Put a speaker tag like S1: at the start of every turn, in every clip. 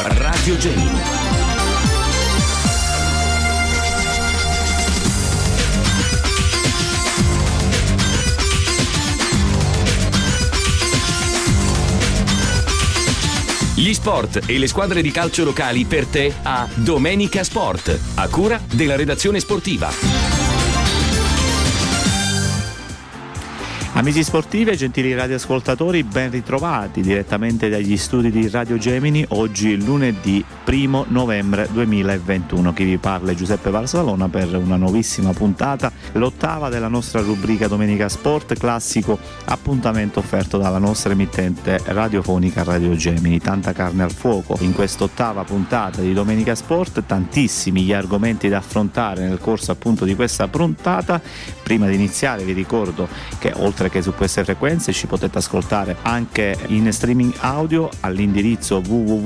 S1: Radio Gemini. Gli sport e le squadre di calcio locali per te a Domenica Sport, a cura della redazione sportiva.
S2: Amici sportivi e gentili radioascoltatori, ben ritrovati direttamente dagli studi di Radio Gemini. Oggi lunedì 1 novembre 2021. Chi vi parla è Giuseppe Valsalona per una nuovissima puntata, l'ottava della nostra rubrica Domenica Sport, classico appuntamento offerto dalla nostra emittente radiofonica Radio Gemini. Tanta carne al fuoco in quest'ottava puntata di Domenica Sport, tantissimi gli argomenti da affrontare nel corso appunto di questa puntata. Prima di iniziare vi ricordo che oltre che su queste frequenze ci potete ascoltare anche in streaming audio all'indirizzo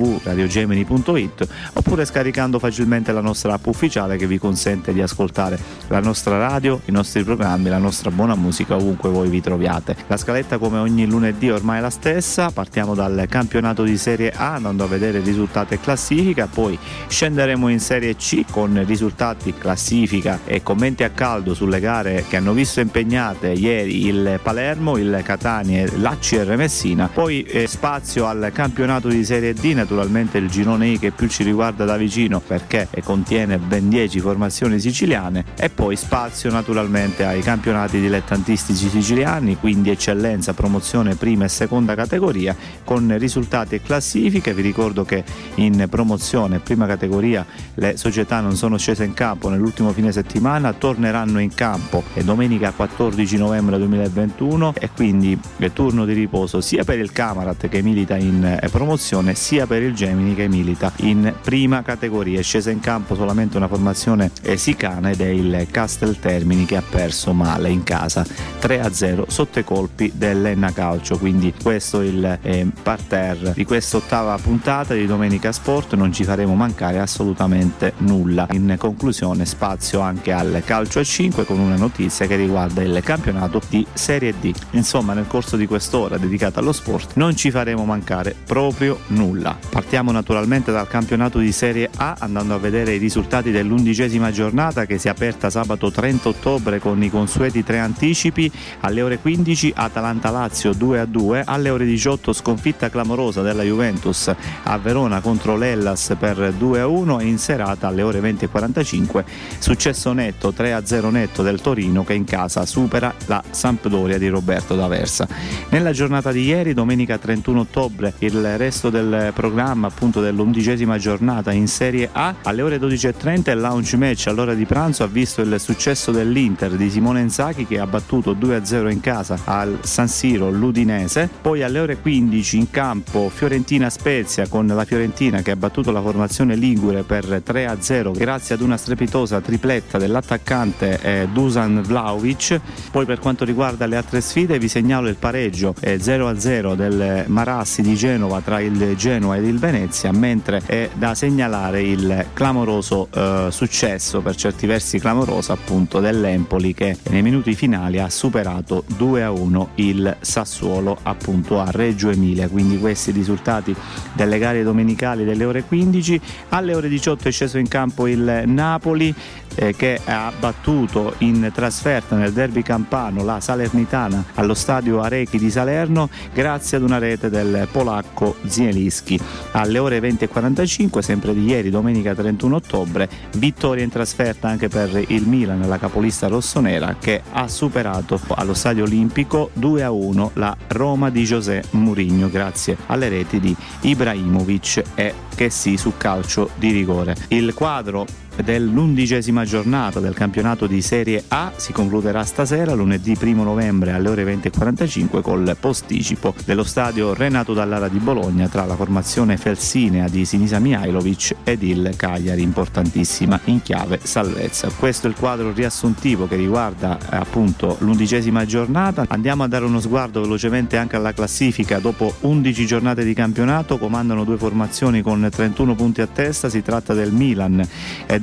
S2: www.radiogemini.it oppure scaricando facilmente la nostra app ufficiale che vi consente di ascoltare la nostra radio, i nostri programmi, la nostra buona musica ovunque voi vi troviate. La scaletta come ogni lunedì ormai è la stessa. Partiamo dal campionato di Serie A andando a vedere risultati e classifica, poi scenderemo in Serie C con risultati, classifica e commenti a caldo sulle gare che hanno visto impegnate ieri il Palermo, il Catania e l'ACR Messina. Poi spazio al campionato di Serie D, naturalmente il girone I che più ci riguarda da vicino perché contiene ben 10 formazioni siciliane, e poi spazio naturalmente ai campionati dilettantistici siciliani, quindi eccellenza, promozione prima e seconda categoria con risultati e classifiche. Vi ricordo che in promozione prima categoria le società non sono scese in campo nell'ultimo fine settimana, torneranno in campo domenica 14 novembre 2021 e quindi turno di riposo sia per il Camarat che milita in promozione sia per il Gemini che milita in prima categoria. È scesa in campo solamente una formazione sicana ed è il Casteltermini che ha perso male in casa 3-0 sotto i colpi dell'Enna Calcio. Quindi questo è il parterre di quest'ottava puntata di Domenica Sport, non ci faremo mancare assolutamente nulla. In conclusione spazio anche al calcio a 5 con una notizia che riguarda il campionato di Serie D. Insomma, nel corso di quest'ora dedicata allo sport non ci faremo mancare proprio nulla. Partiamo naturalmente dal campionato di Serie A andando a vedere i risultati dell'11ª giornata che si è aperta sabato 30 ottobre con i consueti 3 anticipi. Alle ore 15 Atalanta-Lazio 2-2, alle ore 18 sconfitta clamorosa della Juventus a Verona contro l'Hellas per 2-1 e in serata alle ore 20:45 successo netto 3-0 netto del Torino che in casa supera la Sampdoria di Roberto D'Aversa. Nella giornata di ieri, domenica 31 ottobre, il resto del programma appunto dell'11ª giornata in Serie A, alle ore 12:30 il launch match all'ora di pranzo ha visto il successo dell'Inter di Simone Inzaghi che ha battuto 2-0 in casa al San Siro l'Udinese. Poi alle ore 15 in campo Fiorentina-Spezia con la Fiorentina che ha battuto la formazione ligure per 3-0 grazie ad una strepitosa tripletta dell'attaccante Dusan Vlahovic. Poi per quanto riguarda le altre sfide vi segnalo il pareggio 0-0 del Marassi di Genova tra il Genoa ed il Venezia, mentre è da segnalare il clamoroso successo, per certi versi clamoroso appunto, dell'Empoli che nei minuti finali ha superato 2-1 il Sassuolo appunto a Reggio Emilia. Quindi questi risultati delle gare domenicali delle ore 15. Alle ore 18 è sceso in campo il Napoli che ha battuto in trasferta nel derby campano la Salernitana allo stadio Arechi di Salerno grazie ad una rete del polacco Zielinski. Alle ore 20:45 sempre di ieri, domenica 31 ottobre, vittoria in trasferta anche per il Milan, la capolista rossonera che ha superato allo stadio Olimpico 2-1 la Roma di José Mourinho grazie alle reti di Ibrahimovic e Kessi su calcio di rigore. Il quadro dell'11ª giornata del campionato di Serie A si concluderà stasera, lunedì 1 novembre alle ore 20:45 col posticipo dello stadio Renato Dallara di Bologna tra la formazione felsinea di Sinisa Mihajlovic ed il Cagliari, importantissima in chiave salvezza. Questo è il quadro riassuntivo che riguarda appunto l'11ª giornata. Andiamo a dare uno sguardo velocemente anche alla classifica. Dopo 11 giornate di campionato comandano due formazioni con 31 punti a testa, si tratta del Milan ed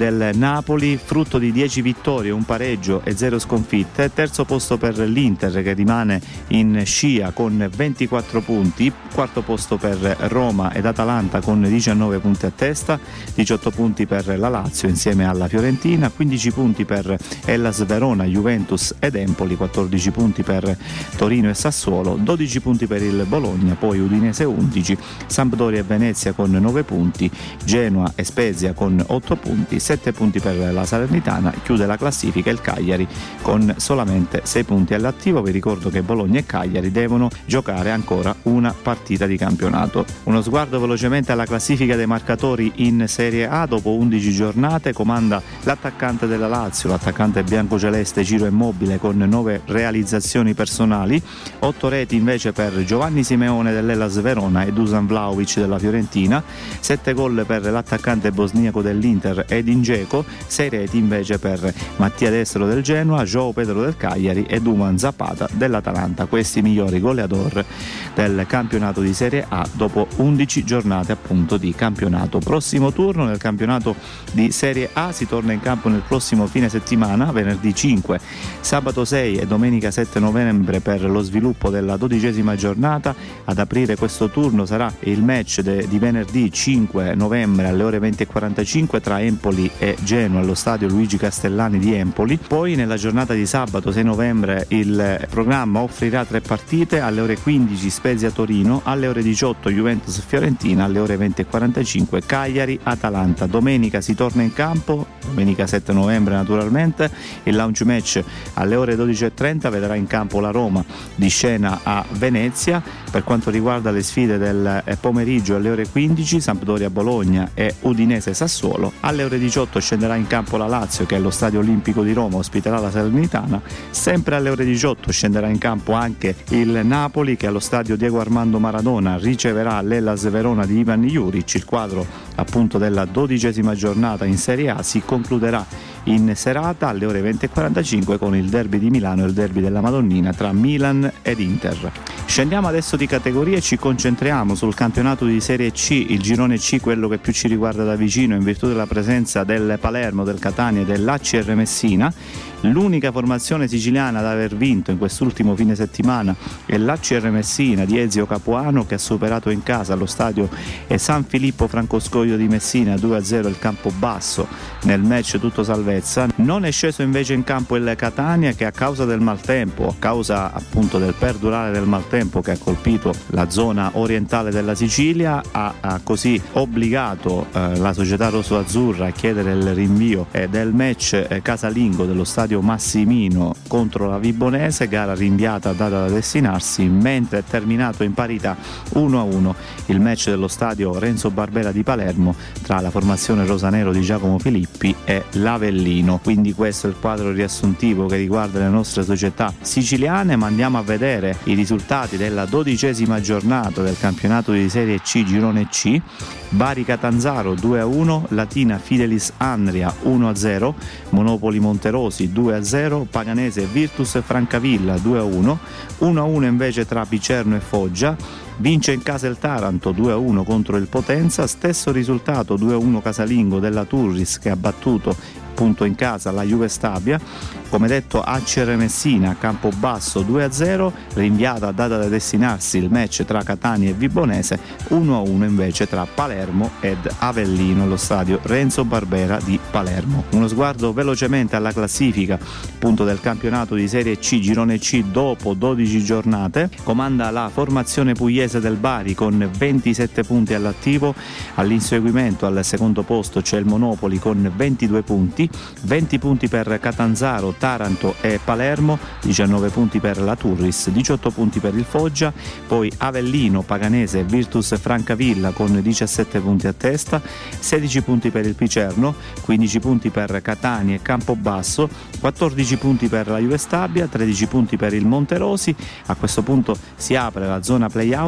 S2: del Napoli, frutto di 10 vittorie, un pareggio e 0 sconfitte. Terzo posto per l'Inter, che rimane in scia con 24 punti. Quarto posto per Roma ed Atalanta con 19 punti a testa, 18 punti per la Lazio insieme alla Fiorentina, 15 punti per Hellas Verona, Juventus ed Empoli, 14 punti per Torino e Sassuolo, 12 punti per il Bologna, poi Udinese 11, Sampdoria e Venezia con 9 punti, Genoa e Spezia con 8 punti, 7 punti per la Salernitana. Chiude la classifica il Cagliari con solamente 6 punti all'attivo. Vi ricordo che Bologna e Cagliari devono giocare ancora una partita di campionato. Uno sguardo velocemente alla classifica dei marcatori in Serie A. Dopo 11 giornate comanda l'attaccante della Lazio, l'attaccante biancoceleste Ciro Immobile, con 9 realizzazioni personali, 8 reti invece per Giovanni Simeone dell'Hellas Verona e Dusan Vlahovic della Fiorentina, 7 gol per l'attaccante bosniaco dell'Inter Edin Dzeko, 6 reti invece per Mattia Destro del Genoa, João Pedro del Cagliari e Duman Zapata dell'Atalanta. Questi i migliori goleador del campionato di Serie A dopo 11 giornate appunto di campionato. Prossimo turno nel campionato di Serie A si torna in campo nel prossimo fine settimana, venerdì 5, sabato 6 e domenica 7 novembre per lo sviluppo della 12ª giornata. Ad aprire questo turno sarà il match di venerdì 5 novembre alle ore 20:45 tra Empoli e Genoa allo stadio Luigi Castellani di Empoli. Poi nella giornata di sabato 6 novembre il programma offrirà 3 partite: alle ore 15 Spezia Torino, alle ore 18 Juventus Fiorentina, alle ore 20:45 Cagliari Atalanta. Domenica si torna in campo, domenica 7 novembre naturalmente, il launch match alle ore 12:30 vedrà in campo la Roma di scena a Venezia. Per quanto riguarda le sfide del pomeriggio, alle ore 15 Sampdoria Bologna e Udinese Sassuolo, alle ore 18 scenderà in campo la Lazio, che allo Stadio Olimpico di Roma ospiterà la Salernitana. Sempre alle ore 18 scenderà in campo anche il Napoli, che allo Stadio Diego Armando Maradona riceverà l'Hellas Verona di Ivan Juric. Il quadro appunto della 12ª giornata in Serie A si concluderà in serata alle ore 20:45 con il derby di Milano e il derby della Madonnina tra Milan ed Inter. Scendiamo adesso di categoria e ci concentriamo sul campionato di Serie C, il girone C, quello che più ci riguarda da vicino in virtù della presenza del Palermo, del Catania e dell'ACR Messina. L'unica formazione siciliana ad aver vinto in quest'ultimo fine settimana è l'ACR Messina di Ezio Capuano, che ha superato in casa allo stadio San Filippo Francoscoglio di Messina 2-0 il Campobasso nel match tutto salvezza. Non è sceso invece in campo il Catania, che a causa del maltempo, a causa appunto del perdurare del maltempo che ha colpito la zona orientale della Sicilia, ha così obbligato la società rosso-azzurra a chiedere il rinvio del match casalingo dello stadio Massimino contro la Vibonese, gara rinviata data da destinarsi, mentre è terminato in parità 1-1 il match dello stadio Renzo Barbera di Palermo tra la formazione rosanero di Giacomo Filippi e l'Avellino. Quindi questo è il quadro riassuntivo che riguarda le nostre società siciliane, ma andiamo a vedere i risultati della 12ª giornata del campionato di Serie C girone C. Bari Catanzaro 2-1, Latina Fidelis Andria 1-0, Monopoli Monterosi 2-0, Paganese Virtus Francavilla 2-1, 1-1 invece tra Picerno e Foggia. Vince in casa il Taranto 2-1 contro il Potenza, stesso risultato 2-1 casalingo della Turris, che ha battuto appunto in casa la Juve Stabia. Come detto, ACR Messina a Campobasso 2-0, rinviata a data da destinarsi il match tra Catania e Vibonese, 1-1 invece tra Palermo ed Avellino allo stadio Renzo Barbera di Palermo. Uno sguardo velocemente alla classifica appunto del campionato di Serie C girone C dopo 12 giornate. Comanda la formazione pugliese del Bari con 27 punti all'attivo. All'inseguimento al secondo posto c'è il Monopoli con 22 punti, 20 punti per Catanzaro, Taranto e Palermo, 19 punti per la Turris, 18 punti per il Foggia, poi Avellino, Paganese e Virtus Francavilla con 17 punti a testa, 16 punti per il Picerno, 15 punti per Catania e Campobasso, 14 punti per la Juve Stabia, 13 punti per il Monterosi. A questo punto si apre la zona play-out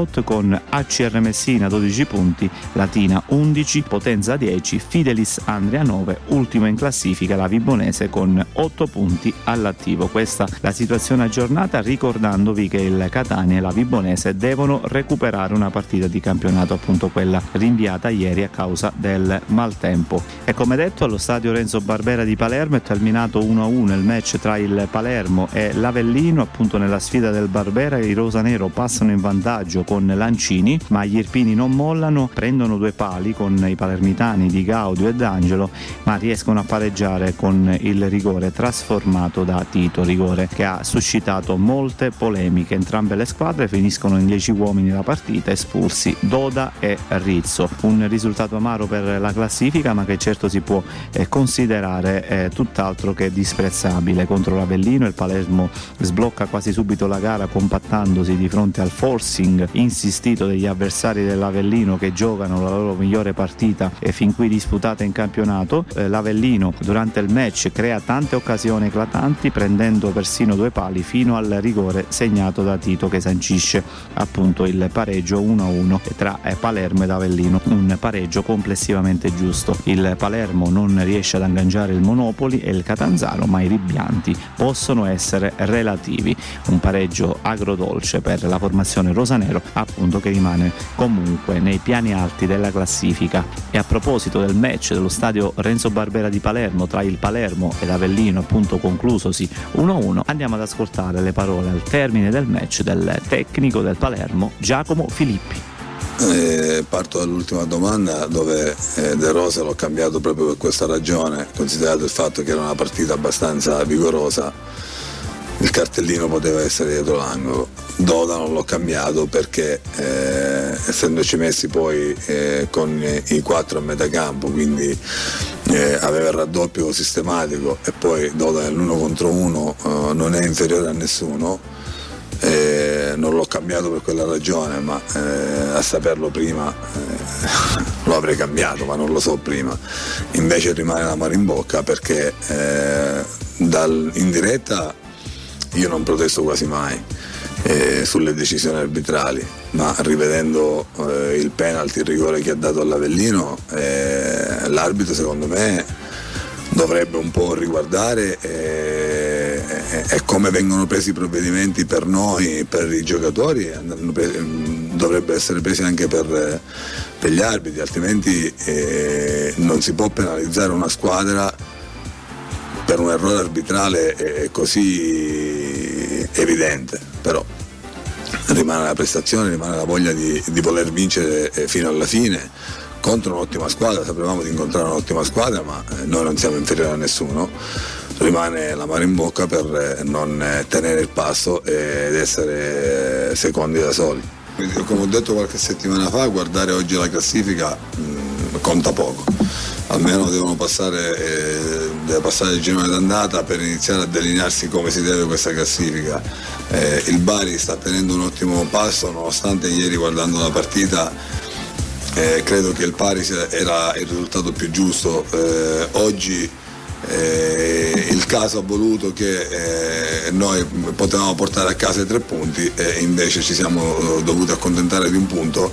S2: playout con ACR Messina 12 punti, Latina 11, Potenza 10, Fidelis Andria 9, ultimo in classifica la Vibonese con 8 punti all'attivo. Questa la situazione aggiornata, ricordandovi che il Catania e la Vibonese devono recuperare una partita di campionato, appunto quella rinviata ieri a causa del maltempo. E come detto, allo stadio Renzo Barbera di Palermo è terminato 1-1 il match tra il Palermo e l'Avellino. Appunto nella sfida del Barbera i rosanero passano in vantaggio con Lancini, ma gli irpini non mollano, prendono 2 pali con i palermitani di Gaudio e D'Angelo, ma riescono a pareggiare con il rigore trasformato da Tito, rigore che ha suscitato molte polemiche. Entrambe le squadre finiscono in 10 uomini la partita, espulsi Doda e Rizzo. Un risultato amaro per la classifica, ma che certo si può considerare tutt'altro che disprezzabile. Contro l'Avellino il Palermo sblocca quasi subito la gara compattandosi di fronte al forcing insistito degli avversari dell'Avellino, che giocano la loro migliore partita fin qui disputata in campionato. L'Avellino durante il match crea tante occasioni eclatanti, prendendo persino 2 pali fino al rigore segnato da Tito, che sancisce appunto il pareggio 1-1 tra Palermo ed Avellino, un pareggio complessivamente giusto. Il Palermo non riesce ad agganciare il Monopoli e il Catanzaro, ma i rimpianti possono essere relativi. Un pareggio agrodolce per la formazione rosanero, appunto, che rimane comunque nei piani alti della classifica. E a proposito del match dello stadio Renzo Barbera di Palermo tra il Palermo ed Avellino, appunto conclusosi 1-1, andiamo ad ascoltare le parole al termine del match del tecnico del Palermo, Giacomo Filippi.
S3: Parto dall'ultima domanda, dove De Rosa l'ho cambiato proprio per questa ragione, considerato il fatto che era una partita abbastanza vigorosa. Il cartellino poteva essere dietro l'angolo. Doda non l'ho cambiato perché essendoci messi poi con i 4 a metà campo, quindi aveva il raddoppio sistematico, e poi Doda nell'1 contro 1 non è inferiore a nessuno. Non l'ho cambiato per quella ragione, ma a saperlo prima lo avrei cambiato, ma non lo so prima. Invece rimane l'amaro in bocca perché in diretta io non protesto quasi mai sulle decisioni arbitrali, ma rivedendo il penalty, il rigore che ha dato all'Avellino, l'arbitro secondo me dovrebbe un po' riguardare e come vengono presi i provvedimenti per noi, per i giocatori, dovrebbe essere presi anche per gli arbitri, altrimenti non si può penalizzare una squadra per un errore arbitrale così evidente. Però rimane la prestazione, rimane la voglia di voler vincere fino alla fine contro un'ottima squadra. Sapevamo di incontrare un'ottima squadra, ma noi non siamo inferiori a nessuno. Rimane l'amaro in bocca per non tenere il passo ed essere secondi da soli. Quindi, come ho detto qualche settimana fa, guardare oggi la classifica conta poco. Almeno deve passare il girone d'andata per iniziare a delinearsi come si deve questa classifica. Il Bari sta tenendo un ottimo passo, nonostante ieri, guardando la partita, credo che il pari era il risultato più giusto. Oggi il caso ha voluto che noi potevamo portare a casa i 3 punti e invece ci siamo dovuti accontentare di un punto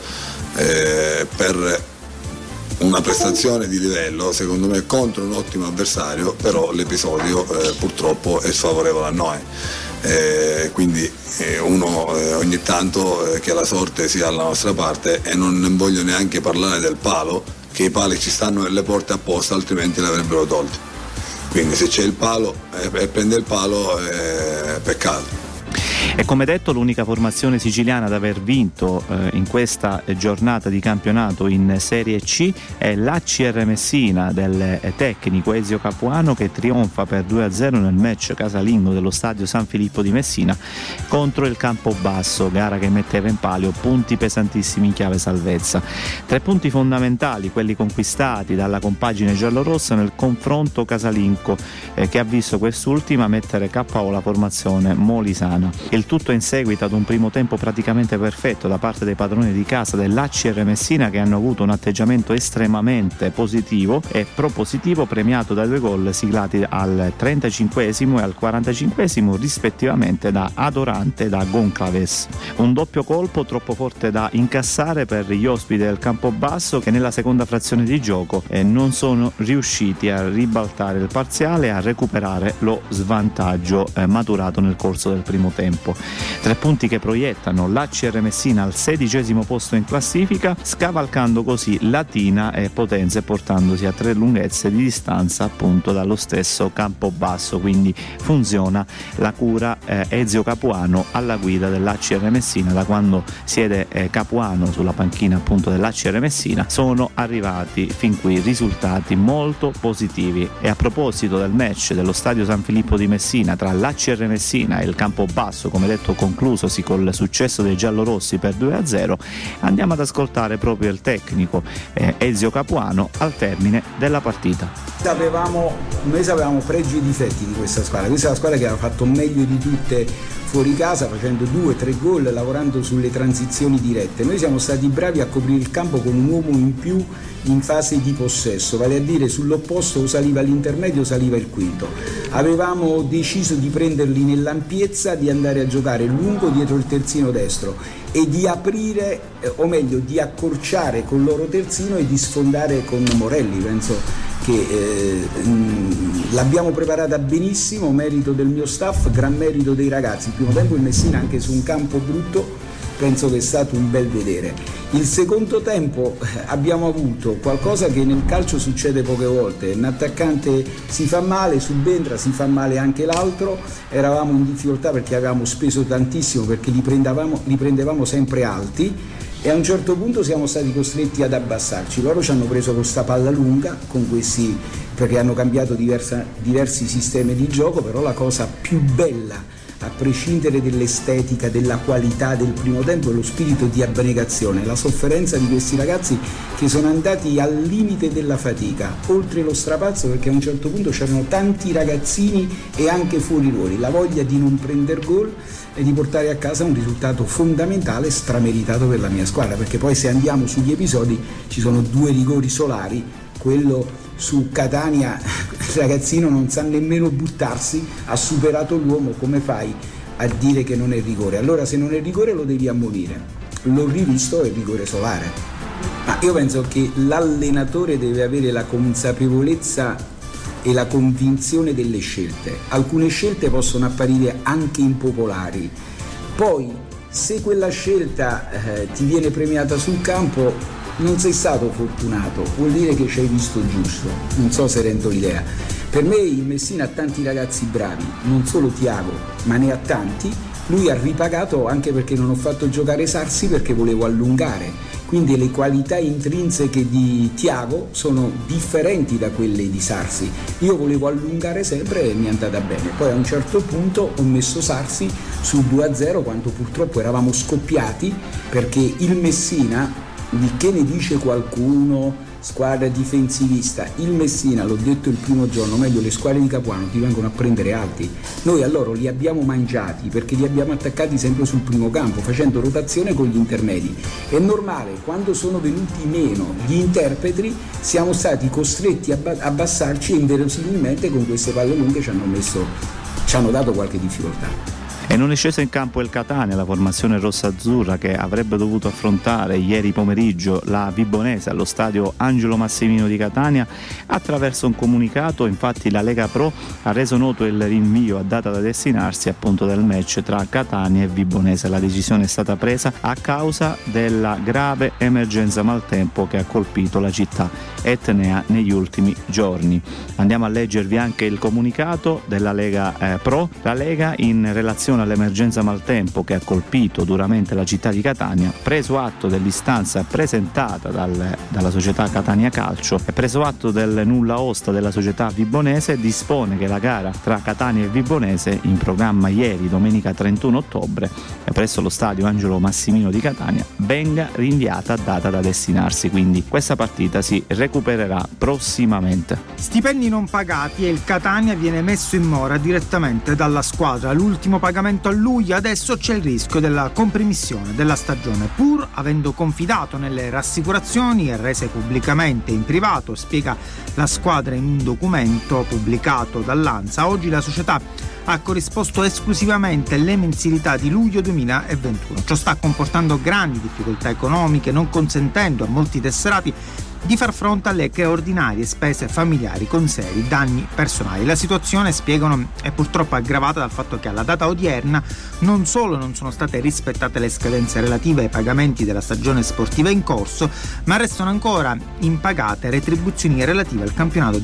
S3: per una prestazione di livello, secondo me, contro un ottimo avversario, però l'episodio purtroppo è sfavorevole a noi. Quindi uno ogni tanto che la sorte sia alla nostra parte, e non voglio neanche parlare del palo, che i pali ci stanno nelle porte apposta, altrimenti l'avrebbero tolti. Quindi se c'è il palo e prende il palo, peccato.
S2: E come detto, l'unica formazione siciliana ad aver vinto in questa giornata di campionato in Serie C è l'ACR Messina del tecnico Ezio Capuano, che trionfa per 2-0 nel match casalingo dello stadio San Filippo di Messina contro il Campobasso, gara che metteva in palio punti pesantissimi in chiave salvezza. 3 punti fondamentali, quelli conquistati dalla compagine giallorossa nel confronto casalingo che ha visto quest'ultima mettere KO la formazione molisana. Il tutto in seguito ad un primo tempo praticamente perfetto da parte dei padroni di casa dell'ACR Messina, che hanno avuto un atteggiamento estremamente positivo e propositivo, premiato da 2 gol siglati al 35esimo e al 45esimo rispettivamente da Adorante e da Goncalves. Un doppio colpo troppo forte da incassare per gli ospiti del Campobasso, che nella seconda frazione di gioco non sono riusciti a ribaltare il parziale e a recuperare lo svantaggio maturato nel corso del primo tempo. 3 punti che proiettano l'ACR Messina al 16° posto in classifica, scavalcando così Latina e Potenza e portandosi a 3 lunghezze di distanza appunto dallo stesso Campobasso. Quindi funziona la cura Ezio Capuano alla guida dell'ACR Messina. Da quando siede Capuano sulla panchina appunto dell'ACR Messina sono arrivati fin qui risultati molto positivi. E a proposito del match dello stadio San Filippo di Messina tra l'ACR Messina e il Campobasso, come detto conclusosi col successo dei giallorossi per 2-0, andiamo ad ascoltare proprio il tecnico Ezio Capuano al termine della partita.
S4: Noi sapevamo pregi e difetti di questa squadra. Questa è la squadra che aveva fatto meglio di tutte fuori casa, facendo 2-3 gol, lavorando sulle transizioni dirette. Noi siamo stati bravi a coprire il campo con un uomo in più in fase di possesso, vale a dire sull'opposto o saliva l'intermedio o saliva il quinto. Avevamo deciso di prenderli nell'ampiezza, di andare a giocare lungo dietro il terzino destro e di aprire, o meglio di accorciare con il loro terzino e di sfondare con Morelli. Penso che l'abbiamo preparata benissimo, merito del mio staff, gran merito dei ragazzi. Il primo tempo il Messina, anche su un campo brutto, penso che è stato un bel vedere. Il secondo tempo abbiamo avuto qualcosa che nel calcio succede poche volte: un attaccante si fa male, subentra, si fa male anche l'altro. Eravamo in difficoltà perché avevamo speso tantissimo, perché li prendevamo sempre alti, e a un certo punto siamo stati costretti ad abbassarci. Loro ci hanno preso con sta palla lunga, con questi, perché hanno cambiato diversi sistemi di gioco. Però la cosa più bella, a prescindere dell'estetica, della qualità del primo tempo, è lo spirito di abnegazione, la sofferenza di questi ragazzi che sono andati al limite della fatica, oltre lo strapazzo, perché a un certo punto c'erano tanti ragazzini e anche fuori ruoli, la voglia di non prendere gol e di portare a casa un risultato fondamentale, strameritato per la mia squadra, perché poi se andiamo sugli episodi ci sono 2 rigori solari. Quello su Catania, il ragazzino non sa nemmeno buttarsi, ha superato l'uomo, come fai a dire che non è rigore? Allora se non è rigore lo devi ammonire. L'ho rivisto, è rigore solare. Ma io penso che l'allenatore deve avere la consapevolezza e la convinzione delle scelte. Alcune scelte possono apparire anche impopolari, poi se quella scelta ti viene premiata sul campo, non sei stato fortunato, vuol dire che ci hai visto giusto. Non so se rendo l'idea. Per me il Messina ha tanti ragazzi bravi, non solo Thiago, ma ne ha tanti. Lui ha ripagato anche perché non ho fatto giocare Sarsi, perché volevo allungare. Quindi le qualità intrinseche di Thiago sono differenti da quelle di Sarsi. Io volevo allungare sempre e mi è andata bene. Poi a un certo punto ho messo Sarsi sul 2-0, quando purtroppo eravamo scoppiati, perché il Messina, di che ne dice qualcuno, squadra difensivista, il Messina, l'ho detto il primo giorno, meglio le squadre di Capuano ti vengono a prendere alti. Noi a loro li abbiamo mangiati perché li abbiamo attaccati sempre sul primo campo, facendo rotazione con gli intermedi. È normale, quando sono venuti meno gli interpreti siamo stati costretti a abbassarci, e inverosimilmente con queste palle lunghe ci hanno dato qualche difficoltà.
S2: E non è sceso in campo il Catania, la formazione rossa-azzurra che avrebbe dovuto affrontare ieri pomeriggio la Vibonese allo stadio Angelo Massimino di Catania. Attraverso un comunicato, infatti, la Lega Pro ha reso noto il rinvio a data da destinarsi appunto del match tra Catania e Vibonese. La decisione è stata presa a causa della grave emergenza maltempo che ha colpito la città etnea negli ultimi giorni. Andiamo a leggervi anche il comunicato della Lega Pro. La Lega, in relazione all'emergenza maltempo che ha colpito duramente la città di Catania, preso atto dell'istanza presentata dalla società Catania Calcio e preso atto del nulla osta della società vibonese, dispone che la gara tra Catania e Vibonese, in programma ieri domenica 31 ottobre presso lo stadio Angelo Massimino di Catania, venga rinviata a data da destinarsi. Quindi questa partita si recupererà prossimamente.
S5: Stipendi non pagati e il Catania viene messo in mora direttamente dalla squadra. L'ultimo pagamento allenamento a luglio, adesso c'è il rischio della compromissione della stagione. Pur avendo confidato nelle rassicurazioni rese pubblicamente in privato, spiega la squadra in un documento pubblicato dall'ANSA, oggi la società ha corrisposto esclusivamente le mensilità di luglio 2021. Ciò sta comportando grandi difficoltà economiche, non consentendo a molti tesserati di far fronte alle ordinarie spese familiari con seri danni personali. La situazione, spiegano, è purtroppo aggravata dal fatto che alla data odierna non solo non sono state rispettate le scadenze relative ai pagamenti della stagione sportiva in corso, ma restano ancora impagate retribuzioni relative al campionato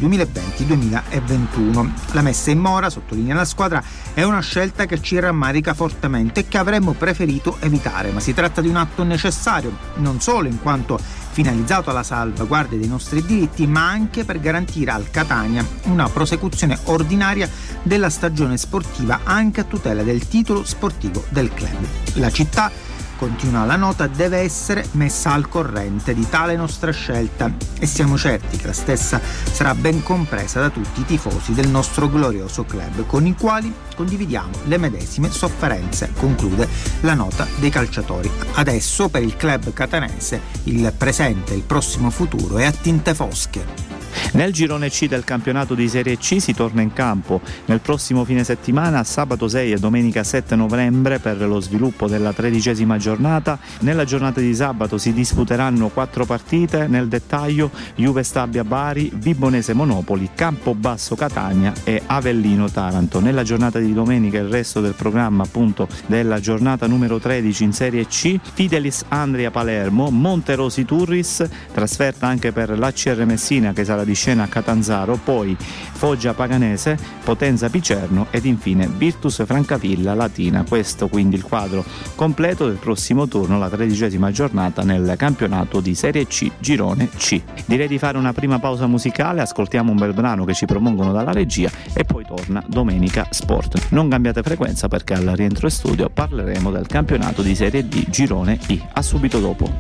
S5: 2020-2021. La messa in mora, sottolinea la squadra, è una scelta che ci rammarica fortemente e che avremmo preferito evitare, ma si tratta di un atto necessario, non solo in quanto finalizzato alla salvaguardia dei nostri diritti, ma anche per garantire al Catania una prosecuzione ordinaria della stagione sportiva anche a tutela del titolo sportivo del club. La città, continua la nota, deve essere messa al corrente di tale nostra scelta e siamo certi che la stessa sarà ben compresa da tutti i tifosi del nostro glorioso club, con i quali condividiamo le medesime sofferenze, conclude la nota dei calciatori. Adesso per il club catanese il presente e il prossimo futuro è a tinte fosche.
S2: Nel girone C del campionato di Serie C si torna in campo nel prossimo fine settimana, sabato 6 e domenica 7 novembre, per lo sviluppo della 13ª giornata. Nella giornata di sabato si disputeranno 4 partite, nel dettaglio Juve Stabia Bari, Vibonese Monopoli, Campobasso Catania e Avellino Taranto. Nella giornata di domenica il resto del programma appunto della giornata numero 13 in Serie C: Fidelis Andria Palermo, Monterosi Turris, trasferta anche per l'ACR Messina che sarà di scena a Catanzaro, poi Foggia Paganese, Potenza Picerno ed infine Virtus Francavilla Latina. Questo quindi il quadro completo del prossimo turno, la 13ª giornata nel campionato di Serie C, girone C. Direi di fare una prima pausa musicale, ascoltiamo un bel brano che ci propongono dalla regia e poi torna Domenica Sport. Non cambiate frequenza perché al rientro in studio parleremo del campionato di Serie D, girone I. A subito dopo.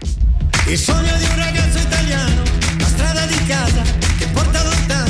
S6: Il sogno di un ragazzo italiano, la strada di casa che porta lontano,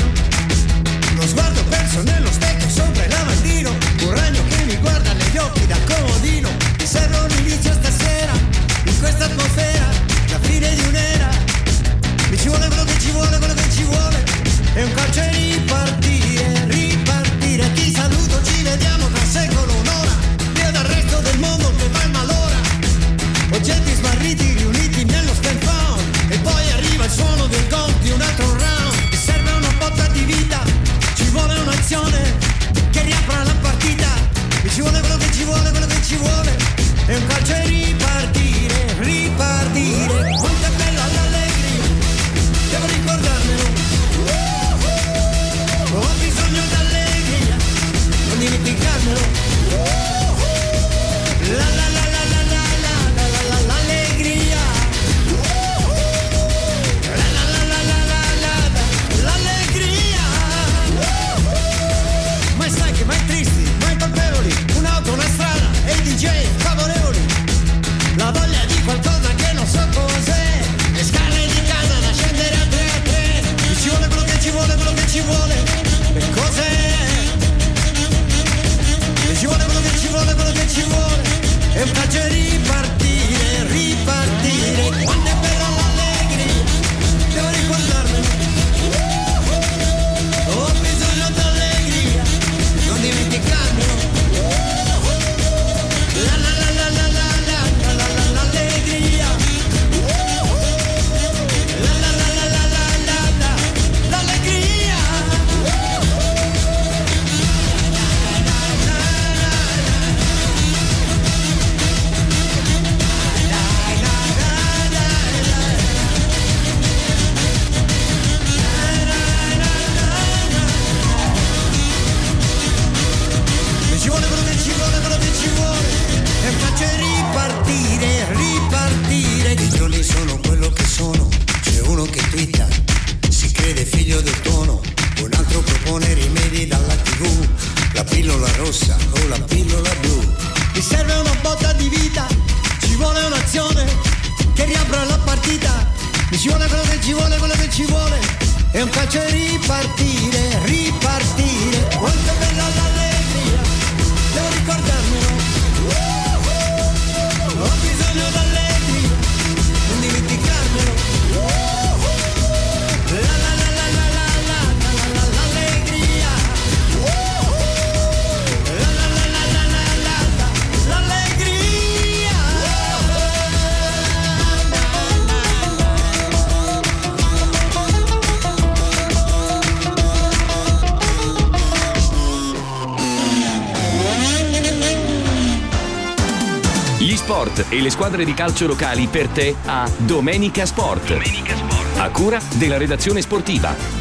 S6: uno sguardo perso nello specchio sopra il lavandino, un ragno che mi guarda negli occhi da comodino. Mi serve un inizio stasera, in questa atmosfera, la fine di un'era. Mi ci vuole quello che ci vuole, quello che ci vuole, è un calcio e ripartire, ripartire. Ti saluto, ci vediamo tra secolo, un'ora, via dal resto del mondo che va in malora. Oggetti smarriti riuniti nello stand phone, e poi arriva il suono del gol di un altro round. Mi serve una botta di vita, ci vuole un'azione che riapra la partita. Mi ci vuole quello che ci vuole, quello che ci vuole, è un calcio e ripartire, ripartire. Quanto è bella l'allegria, devo ricordarmelo. Ho bisogno d'allegria, non dimenticarmelo. La la la la la la la la la l'allegria. La la la la la la la l'allegria. Mai stanchi, mai tristi, mai colpevoli, un'auto, una strada e i DJ favorevoli. La voglia di qualcosa che non so cos'è, le scale di casa da scendere a 3 a 3. Mi ci vuole quello che ci vuole, quello che ci vuole, e cos'è? Mi ci vuole quello che ci vuole, quello che ci vuole, è un calcio e ripartire, ripartire. Quando è bella l'allegria, devo ricordarmelo. Ho bisogno d'allegria, non dimenticarmelo. La la la la la la la la la l'allegria. La la la la la la la la l'allegria. Ci vuole quello che ci vuole, quello che ci vuole, e faccio ripartire, ripartire. I giorni sono quello che sono, c'è uno che twitta, si crede figlio del tono, un altro propone rimedi dalla TV, la pillola rossa o la pillola blu. Mi serve una botta di vita, ci vuole un'azione che riapra la partita. Mi ci vuole quello che ci vuole, quello che ci vuole, è un calcio e ripartire, ripartire. Quanto è bella l'allegria, devo ricordarmi.
S1: Sport e le squadre di calcio locali per te a Domenica Sport. A cura della redazione sportiva.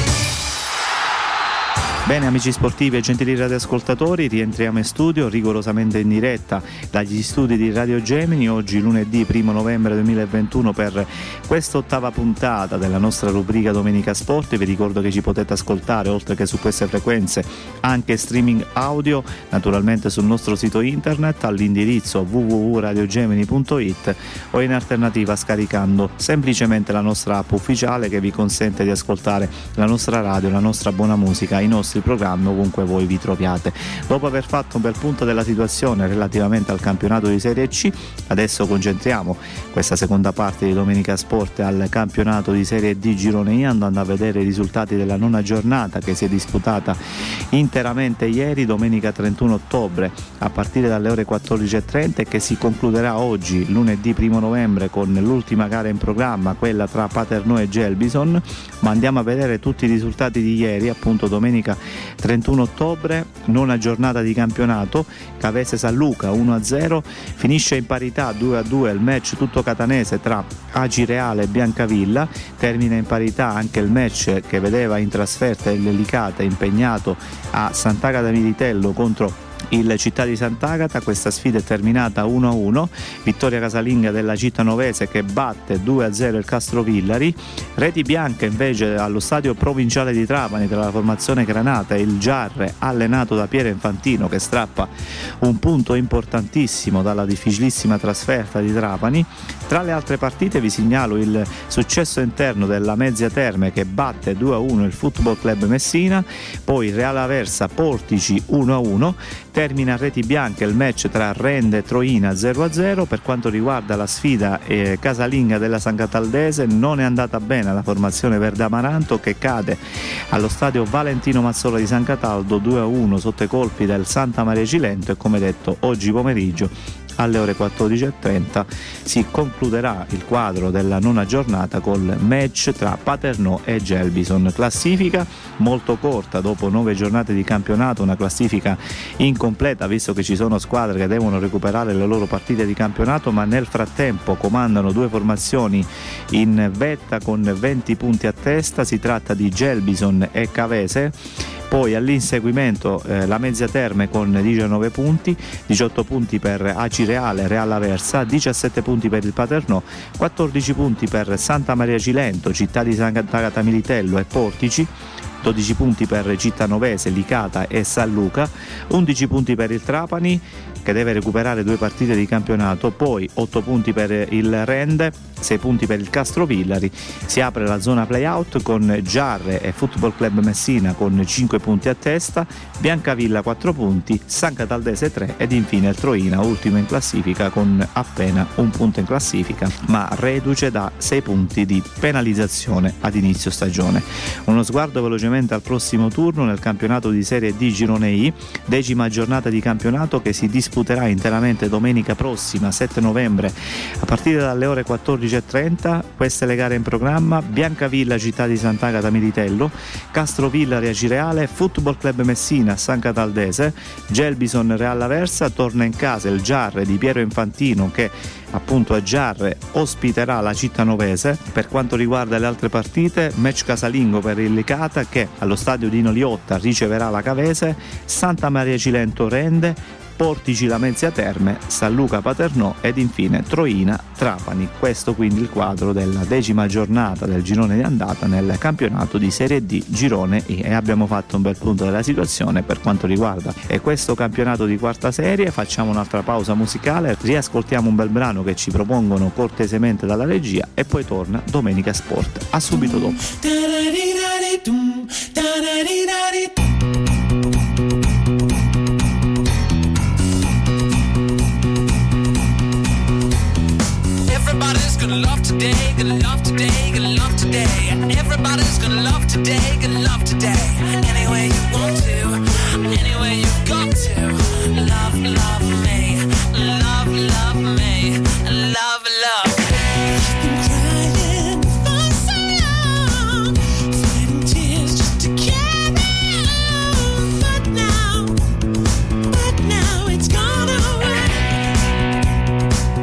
S2: Bene, amici sportivi e gentili radioascoltatori, rientriamo in studio rigorosamente in diretta dagli studi di Radio Gemini, oggi lunedì 1 novembre 2021 per questa ottava puntata della nostra rubrica Domenica Sport. Vi ricordo che ci potete ascoltare oltre che su queste frequenze anche streaming audio, naturalmente sul nostro sito internet all'indirizzo www.radiogemini.it o in alternativa scaricando semplicemente la nostra app ufficiale che vi consente di ascoltare la nostra radio, la nostra buona musica, i nostri programmi ovunque voi vi troviate. Dopo aver fatto un bel punto della situazione relativamente al campionato di Serie C, adesso concentriamo questa seconda parte di Domenica Sport al campionato di Serie D Girone I, andando a vedere i risultati della nona giornata che si è disputata interamente ieri, domenica 31 ottobre, a partire dalle ore 14:30 e che si concluderà oggi, lunedì 1 novembre, con l'ultima gara in programma, quella tra Paternò e Gelbison. Ma andiamo a vedere tutti i risultati di ieri, appunto domenica 31 ottobre, nona giornata di campionato. Cavese San Luca 1-0, finisce in parità 2-2 il match tutto catanese tra Acireale e Biancavilla, termina in parità anche il match che vedeva in trasferta il Licata impegnato a Sant'Agata Militello contro il Città di Sant'Agata. Questa sfida è terminata 1-1, vittoria casalinga della città novese che batte 2-0 il Castrovillari. Reti bianche invece allo stadio provinciale di Trapani tra la formazione granata e il Giarre allenato da Piero Infantino, che strappa un punto importantissimo dalla difficilissima trasferta di Trapani. Tra le altre partite vi segnalo il successo interno della Mezzia Terme che batte 2-1 il Football Club Messina, poi Real Aversa Portici 1-1. Termina a reti bianche il match tra Rende e Troina 0-0. Per quanto riguarda la sfida casalinga della San Cataldese, non è andata bene alla formazione Verde Amaranto, che cade allo stadio Valentino Mazzola di San Cataldo 2-1 sotto i colpi del Santa Maria Cilento, e come detto oggi pomeriggio alle ore 14:30 si concluderà il quadro della nona giornata col match tra Paternò e Gelbison. Classifica molto corta dopo 9 giornate di campionato, una classifica incompleta visto che ci sono squadre che devono recuperare le loro partite di campionato, ma nel frattempo comandano due formazioni in vetta con 20 punti a testa. Si tratta di Gelbison e Cavese. Poi all'inseguimento la Mezzia Terme con 19 punti, 18 punti per Acireale, Real Aversa, 17 punti per il Paternò, 14 punti per Santa Maria Cilento, Città di Sant'Agata Militello e Portici, 12 punti per Città Novese, Licata e San Luca, 11 punti per il Trapani che deve recuperare 2 partite di campionato, poi 8 punti per il Rende, 6 punti per il Castrovillari. Si apre la zona play-out con Giarre e Football Club Messina con 5 punti a testa, Biancavilla 4 punti, San Cataldese 3 ed infine il Troina ultimo in classifica con appena un punto in classifica, ma reduce da 6 punti di penalizzazione ad inizio stagione. Uno sguardo velocemente al prossimo turno nel campionato di Serie D Girone I, 10ª giornata di campionato che si disputerà interamente domenica prossima 7 novembre a partire dalle ore 14:30. Queste le gare in programma: Biancavilla Città di Sant'Agata Militello, Castrovillari Acireale, Football Club Messina San Cataldese, Gelbison Real Aversa. Torna in casa il Giarre di Piero Infantino che appunto a Giarre ospiterà la città novese. Per quanto riguarda le altre partite, match casalingo per il Licata che allo stadio Dino Liotta riceverà la Cavese, Santa Maria Cilento Rende, Portici la Mezzia Terme, San Luca Paternò ed infine Troina Trapani. Questo quindi il quadro della 10ª giornata del girone di andata nel campionato di Serie D Girone I, e abbiamo fatto un bel punto della situazione per quanto riguarda questo campionato di quarta serie. Facciamo un'altra pausa musicale, riascoltiamo un bel brano che ci propongono cortesemente dalla regia e poi torna Domenica Sport. A subito dopo.
S7: Everybody's gonna love today, gonna love today, gonna love today. Everybody's gonna love today, gonna love today. Any way you want to, any way you've got to. Love, love me, love, love me, love, love me. Been crying for so long, sweating tears just to carry on. But now it's gone away.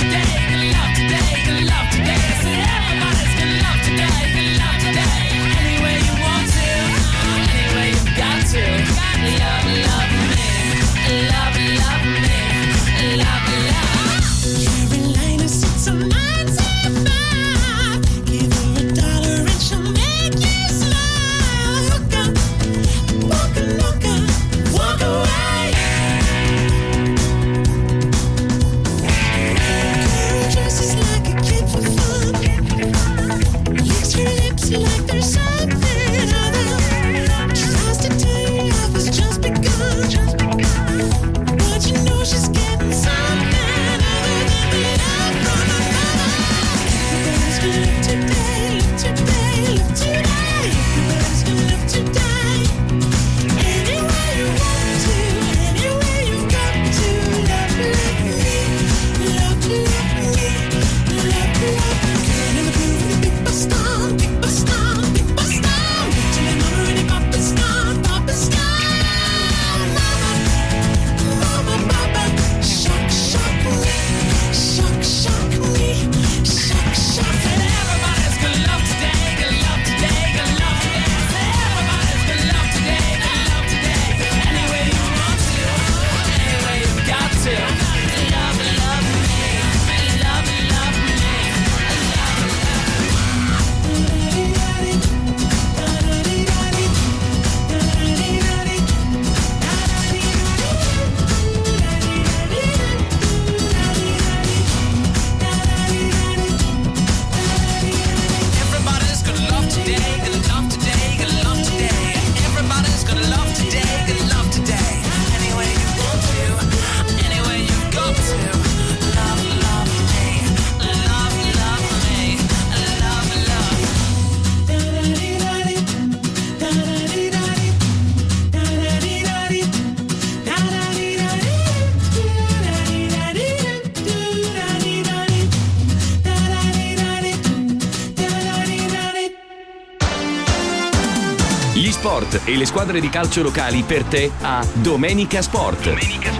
S1: Gli sport e le squadre di calcio locali per te a Domenica Sport.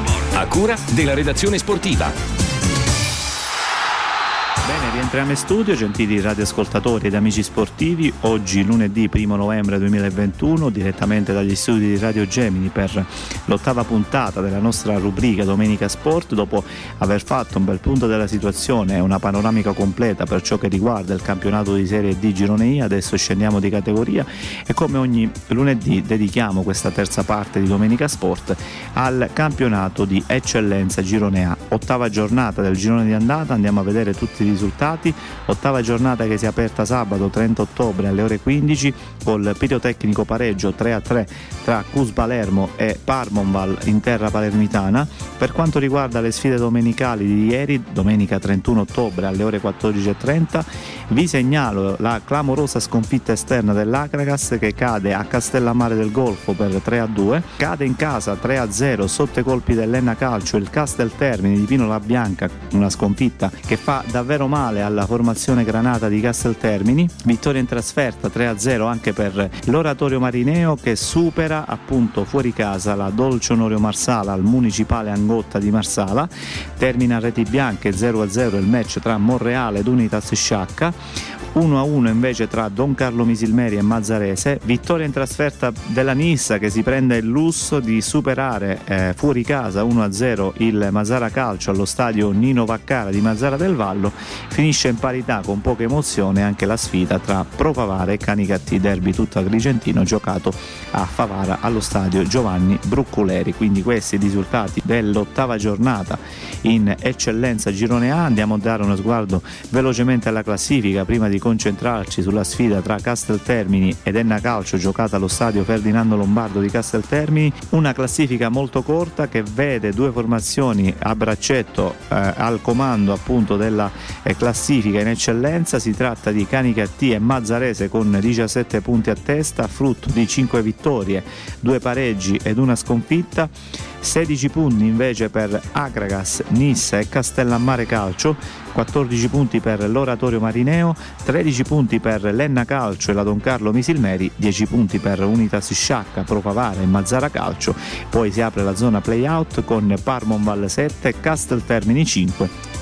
S1: A cura della redazione sportiva.
S2: Bene, rientriamo in studio, gentili radioascoltatori ed amici sportivi. Oggi lunedì 1 novembre 2021, direttamente dagli studi di Radio Gemini per l'ottava puntata della nostra rubrica Domenica Sport. Dopo aver fatto un bel punto della situazione e una panoramica completa per ciò che riguarda il campionato di Serie D Girone I, adesso scendiamo di categoria e come ogni lunedì dedichiamo questa terza parte di Domenica Sport al campionato di eccellenza Girone A. Ottava giornata del girone di andata, andiamo a vedere tutti i risultati. Ottava giornata che si è aperta sabato 30 ottobre alle ore 15 col pirotecnico pareggio 3-3 tra Cus Palermo e Parmonval in terra palermitana. Per quanto riguarda le sfide domenicali di ieri, domenica 31 ottobre alle ore 14.30, vi segnalo la clamorosa sconfitta esterna dell'Acragas che cade a Castellammare del Golfo per 3-2, cade in casa 3-0 sotto i colpi dell'Enna Calcio il Casteltermini di Pino La Bianca, una sconfitta che fa davvero male alla formazione granata di Casteltermini. Vittoria in trasferta 3-0 anche per l'Oratorio Marineo che supera appunto fuori casa la Dolce Onorio Marsala al Municipale Angotta di Marsala. Termina a reti bianche 0-0 il match tra Monreale ed Unitas Sciacca. 1-1 invece tra Don Carlo Misilmeri e Mazzarese. Vittoria in trasferta della Nissa che si prende il lusso di superare fuori casa 1-0 il Mazzara Calcio allo stadio Nino Vaccara di Mazzara del Vallo. Finisce in parità con poca emozione anche la sfida tra Pro Favara e Canicattì, derby tutto agrigentino giocato a Favara allo stadio Giovanni Brucculeri. Quindi questi i risultati dell'ottava giornata in eccellenza Girone A. Andiamo a dare uno sguardo velocemente alla classifica prima di concentrarci sulla sfida tra Casteltermini ed Enna Calcio giocata allo stadio Ferdinando Lombardo di Casteltermini. Una classifica molto corta che vede due formazioni a braccetto al comando appunto della classifica in eccellenza. Si tratta di Canicattì e Mazzarese con 17 punti a testa, frutto di 5 vittorie, 2 pareggi ed una sconfitta. 16 punti invece per Acragas, Nissa e Castellammare Calcio, 14 punti per l'Oratorio Marineo, 13 punti per l'Enna Calcio e la Don Carlo Misilmeri, 10 punti per Unitas Sciacca, Pro Favara e Mazzara Calcio. Poi si apre la zona play-out con Parmonval 7, Casteltermini 5,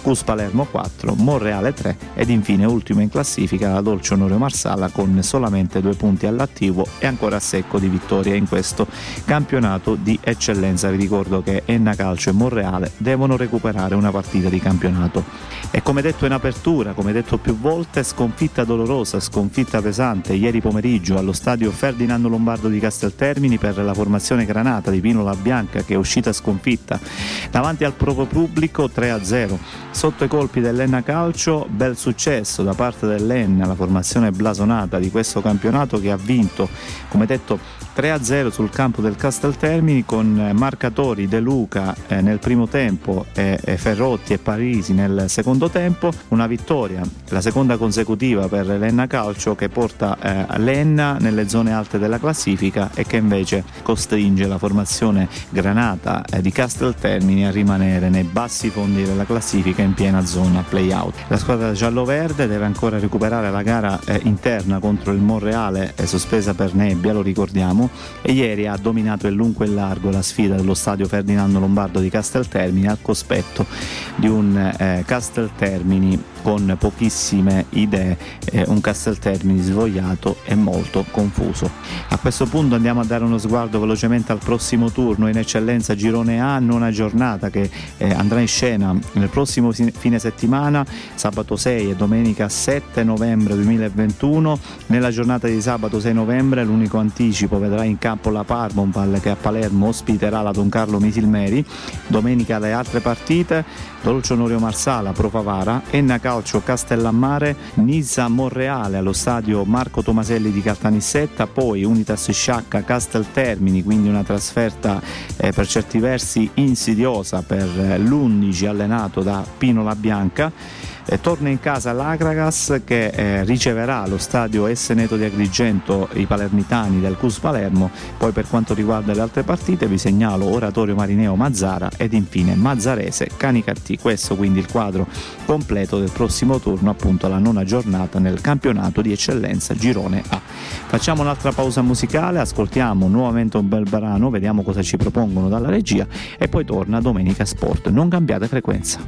S2: Cus Palermo 4, Monreale 3 ed infine ultimo in classifica la Dolce Onorio Marsala con solamente 2 punti all'attivo e ancora a secco di vittoria in questo campionato di eccellenza. Vi ricordo che Enna Calcio e Monreale devono recuperare una partita di campionato. E come detto in apertura, come detto più volte, sconfitta dolorosa, sconfitta pesante ieri pomeriggio allo stadio Ferdinando Lombardo di Casteltermini per la formazione granata di Pino Labianca, che è uscita sconfitta davanti al proprio pubblico 3-0 sotto i colpi dell'Enna Calcio. Bel successo da parte dell'Enna, la formazione blasonata di questo campionato, che ha vinto, come detto, 3-0 sul campo del Casteltermini con marcatori De Luca nel primo tempo e Ferrotti e Parisi nel secondo tempo. Una vittoria, la seconda consecutiva per l'Enna Calcio, che porta l'Enna nelle zone alte della classifica e che invece costringe la formazione granata di Casteltermini a rimanere nei bassi fondi della classifica in piena zona play-out. La squadra giallo-verde deve ancora recuperare la gara interna contro il Monreale, sospesa per nebbia, lo ricordiamo, e ieri ha dominato in lungo e largo la sfida dello stadio Ferdinando Lombardo di Casteltermini al cospetto di un Casteltermini con pochissime idee, un Casteltermini svogliato e molto confuso. A questo punto andiamo a dare uno sguardo velocemente al prossimo turno in eccellenza girone A, nona giornata, che andrà in scena nel prossimo fine settimana, sabato 6 e domenica 7 novembre 2021. Nella giornata di sabato 6 novembre l'unico anticipo vedrà in campo la Parmonval, che a Palermo ospiterà la Don Carlo Misilmeri. Domenica le altre partite: Dolce Onorio Marsala Pro Favara, Enna Calcio Castellammare, Nizza Monreale allo stadio Marco Tomaselli di Caltanissetta, poi Unitas Sciacca Casteltermini, quindi una trasferta per certi versi insidiosa per l'11 allenato da Pino Labianca. Torna in casa l'Agragas, che riceverà allo stadio Esseneto di Agrigento i palermitani del Cus Palermo. Poi per quanto riguarda le altre partite vi segnalo Oratorio Marineo Mazzara ed infine Mazzarese Canicattì. Questo quindi il quadro completo del prossimo turno, appunto la nona giornata nel campionato di eccellenza girone A. Facciamo un'altra pausa musicale, ascoltiamo nuovamente un bel brano, vediamo cosa ci propongono dalla regia e poi torna Domenica Sport. Non cambiate frequenza.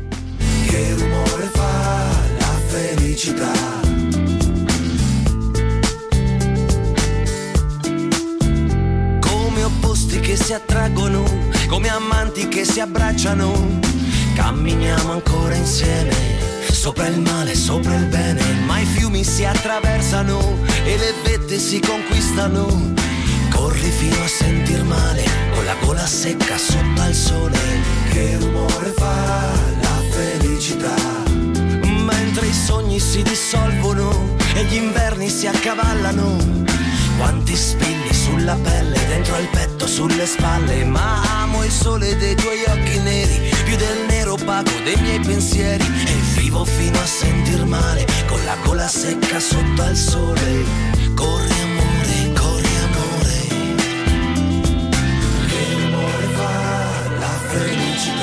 S6: Che rumore fa la felicità?
S7: Come opposti che si attraggono, come amanti che si abbracciano, camminiamo ancora insieme, sopra il male, sopra il bene, ma i fiumi si attraversano e le vette si conquistano. Corri fino a sentir male, con la gola secca sotto al sole.
S6: Che rumore fa la felicità?
S7: Mentre i sogni si dissolvono e gli inverni si accavallano, quanti spilli sulla pelle, dentro al petto, sulle spalle, ma amo il sole dei tuoi occhi neri, più del nero opaco dei miei pensieri, e vivo fino a sentir male, con la gola secca sotto al sole. Corri amore, corri amore.
S6: Che rumore fa la felicità?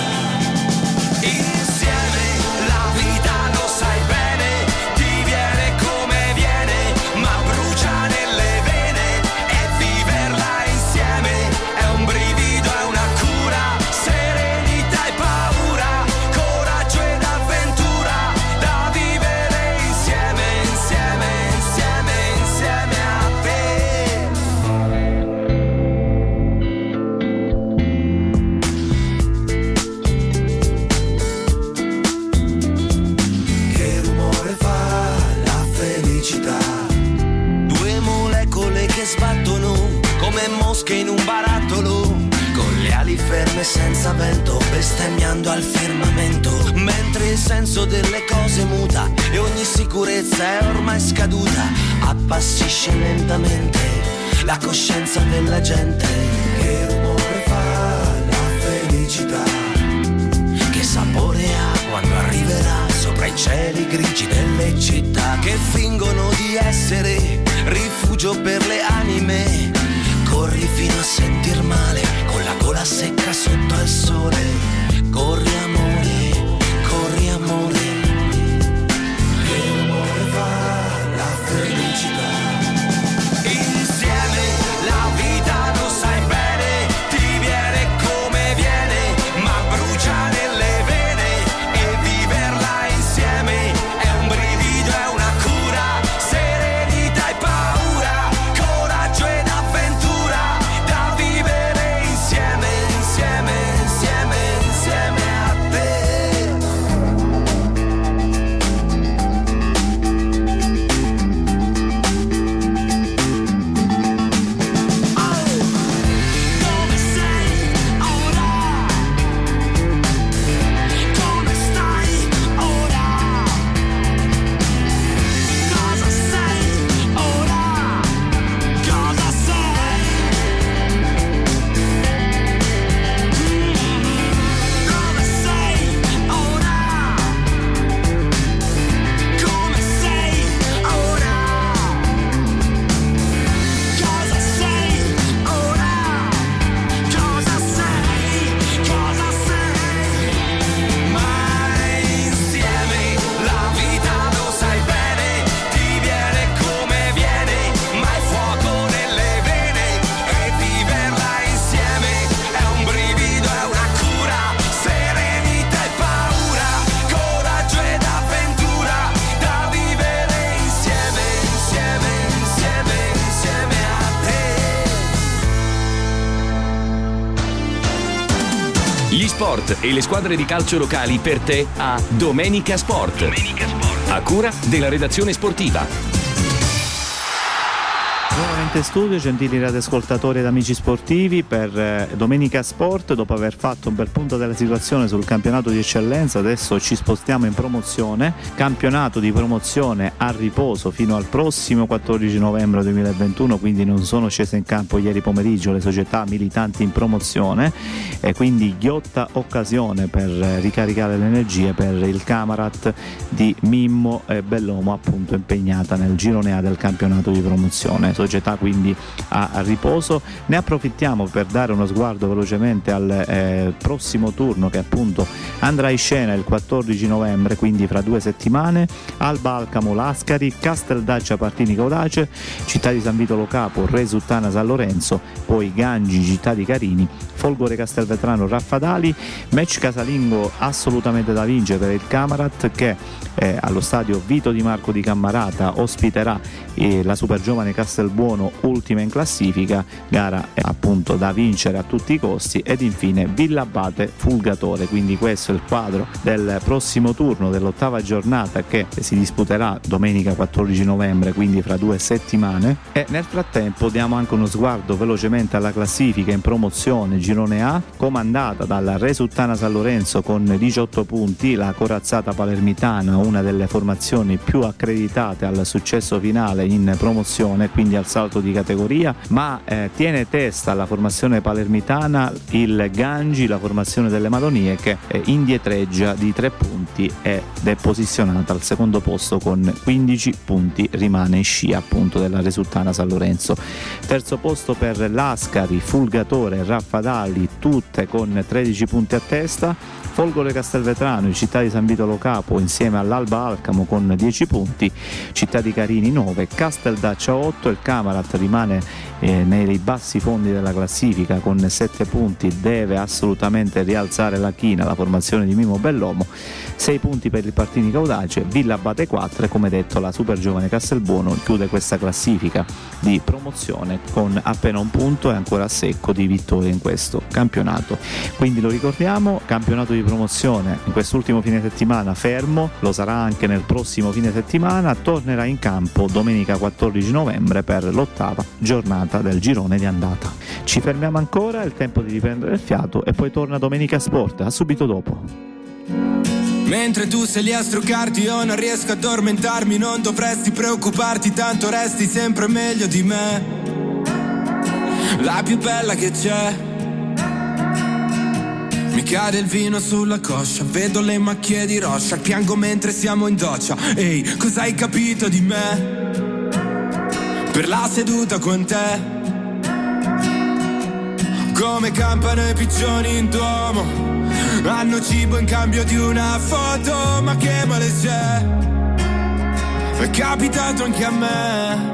S7: Mosche in un barattolo, con le ali ferme senza vento, bestemmiando al firmamento, mentre il senso delle cose muta e ogni sicurezza è ormai scaduta, appassisce lentamente la coscienza della gente.
S6: Che rumore fa la felicità?
S7: Che sapore ha quando arriverà sopra i cieli grigi delle città che fingono di essere rifugio per le anime. Corri fino a sentir male, con la gola secca sotto al sole. Corri amore, corri amore.
S6: Che rumore fa la felicità?
S7: Insieme la vita lo sai bene, ti viene come viene, ma brucia nelle vene e vive
S1: sport e le squadre di calcio locali per te a Domenica Sport. A cura della redazione sportiva.
S2: Nuovamente in studio, gentili radioascoltatori ed amici sportivi, per Domenica Sport. Dopo aver fatto un bel punto della situazione sul campionato di eccellenza, adesso ci spostiamo in promozione. Campionato di promozione a riposo fino al prossimo 14 novembre 2021, quindi non sono scese in campo ieri pomeriggio le società militanti in promozione, e quindi ghiotta occasione per ricaricare le energie per il Camarat di Mimmo e Bellomo, appunto impegnata nel girone A del campionato di promozione. Società quindi a riposo. Ne approfittiamo per dare uno sguardo velocemente al prossimo turno, che appunto andrà in scena il 14 novembre, quindi fra 2 settimane. Alba Alcamo Lascari, Casteldaccia Partini Caudace, Città di San Vito Lo Capo, Resuttana San Lorenzo, poi Gangi Città di Carini, Folgore Castelvetrano Raffadali. Match casalingo assolutamente da vincere per il Camarat, che allo stadio Vito Di Marco di Cammarata ospiterà la Super Giovane Castelbuono, ultima in classifica, gara appunto da vincere a tutti i costi. Ed infine Villabate Fulgatore. Quindi questo è il quadro del prossimo turno dell'8ª giornata, che si disputerà domenica 14 novembre, quindi fra 2 settimane. E nel frattempo diamo anche uno sguardo velocemente alla classifica in promozione girone A, comandata dalla Resuttana San Lorenzo con 18 punti, la corazzata palermitana, una delle formazioni più accreditate al successo finale in promozione, quindi al salto di categoria, ma tiene testa alla formazione palermitana il Gangi, la formazione delle Madonie, che indietreggia di 3 punti ed è posizionata al secondo posto con 15 punti, rimane in scia appunto della Resuttana San Lorenzo. Terzo posto per Lascari, Fulgatore, Raffadali, tutte con 13 punti a testa. Folgore Castelvetrano, Città di San Vito Lo Capo insieme all'Alba Alcamo con 10 punti, Città di Carini 9, Casteldaccia 8, il Camarat rimane nei bassi fondi della classifica con 7 punti, deve assolutamente rialzare la china la formazione di Mimmo Bellomo, 6 punti per il Partini Caudace, Villabate 4 e come detto la Super Giovane Castelbuono chiude questa classifica di promozione con appena un punto e ancora a secco di vittorie in questo campionato. Quindi lo ricordiamo, campionato di promozione in quest'ultimo fine settimana fermo, lo sarà anche nel prossimo fine settimana, tornerà in campo domenica 14 novembre per l'8ª giornata del girone di andata. Ci fermiamo ancora, è il tempo di riprendere il fiato e poi torna Domenica Sport, a subito dopo.
S6: Mentre tu sei lì a struccarti io non riesco a addormentarmi, non dovresti preoccuparti tanto resti sempre meglio di me, la più bella che c'è. Mi cade il vino sulla coscia, vedo le macchie di roscia, piango mentre siamo in doccia. Ehi, cosa hai capito di me? Per la seduta con te, come campano i piccioni in duomo, hanno cibo in cambio di una foto, ma che male c'è? È capitato anche a me.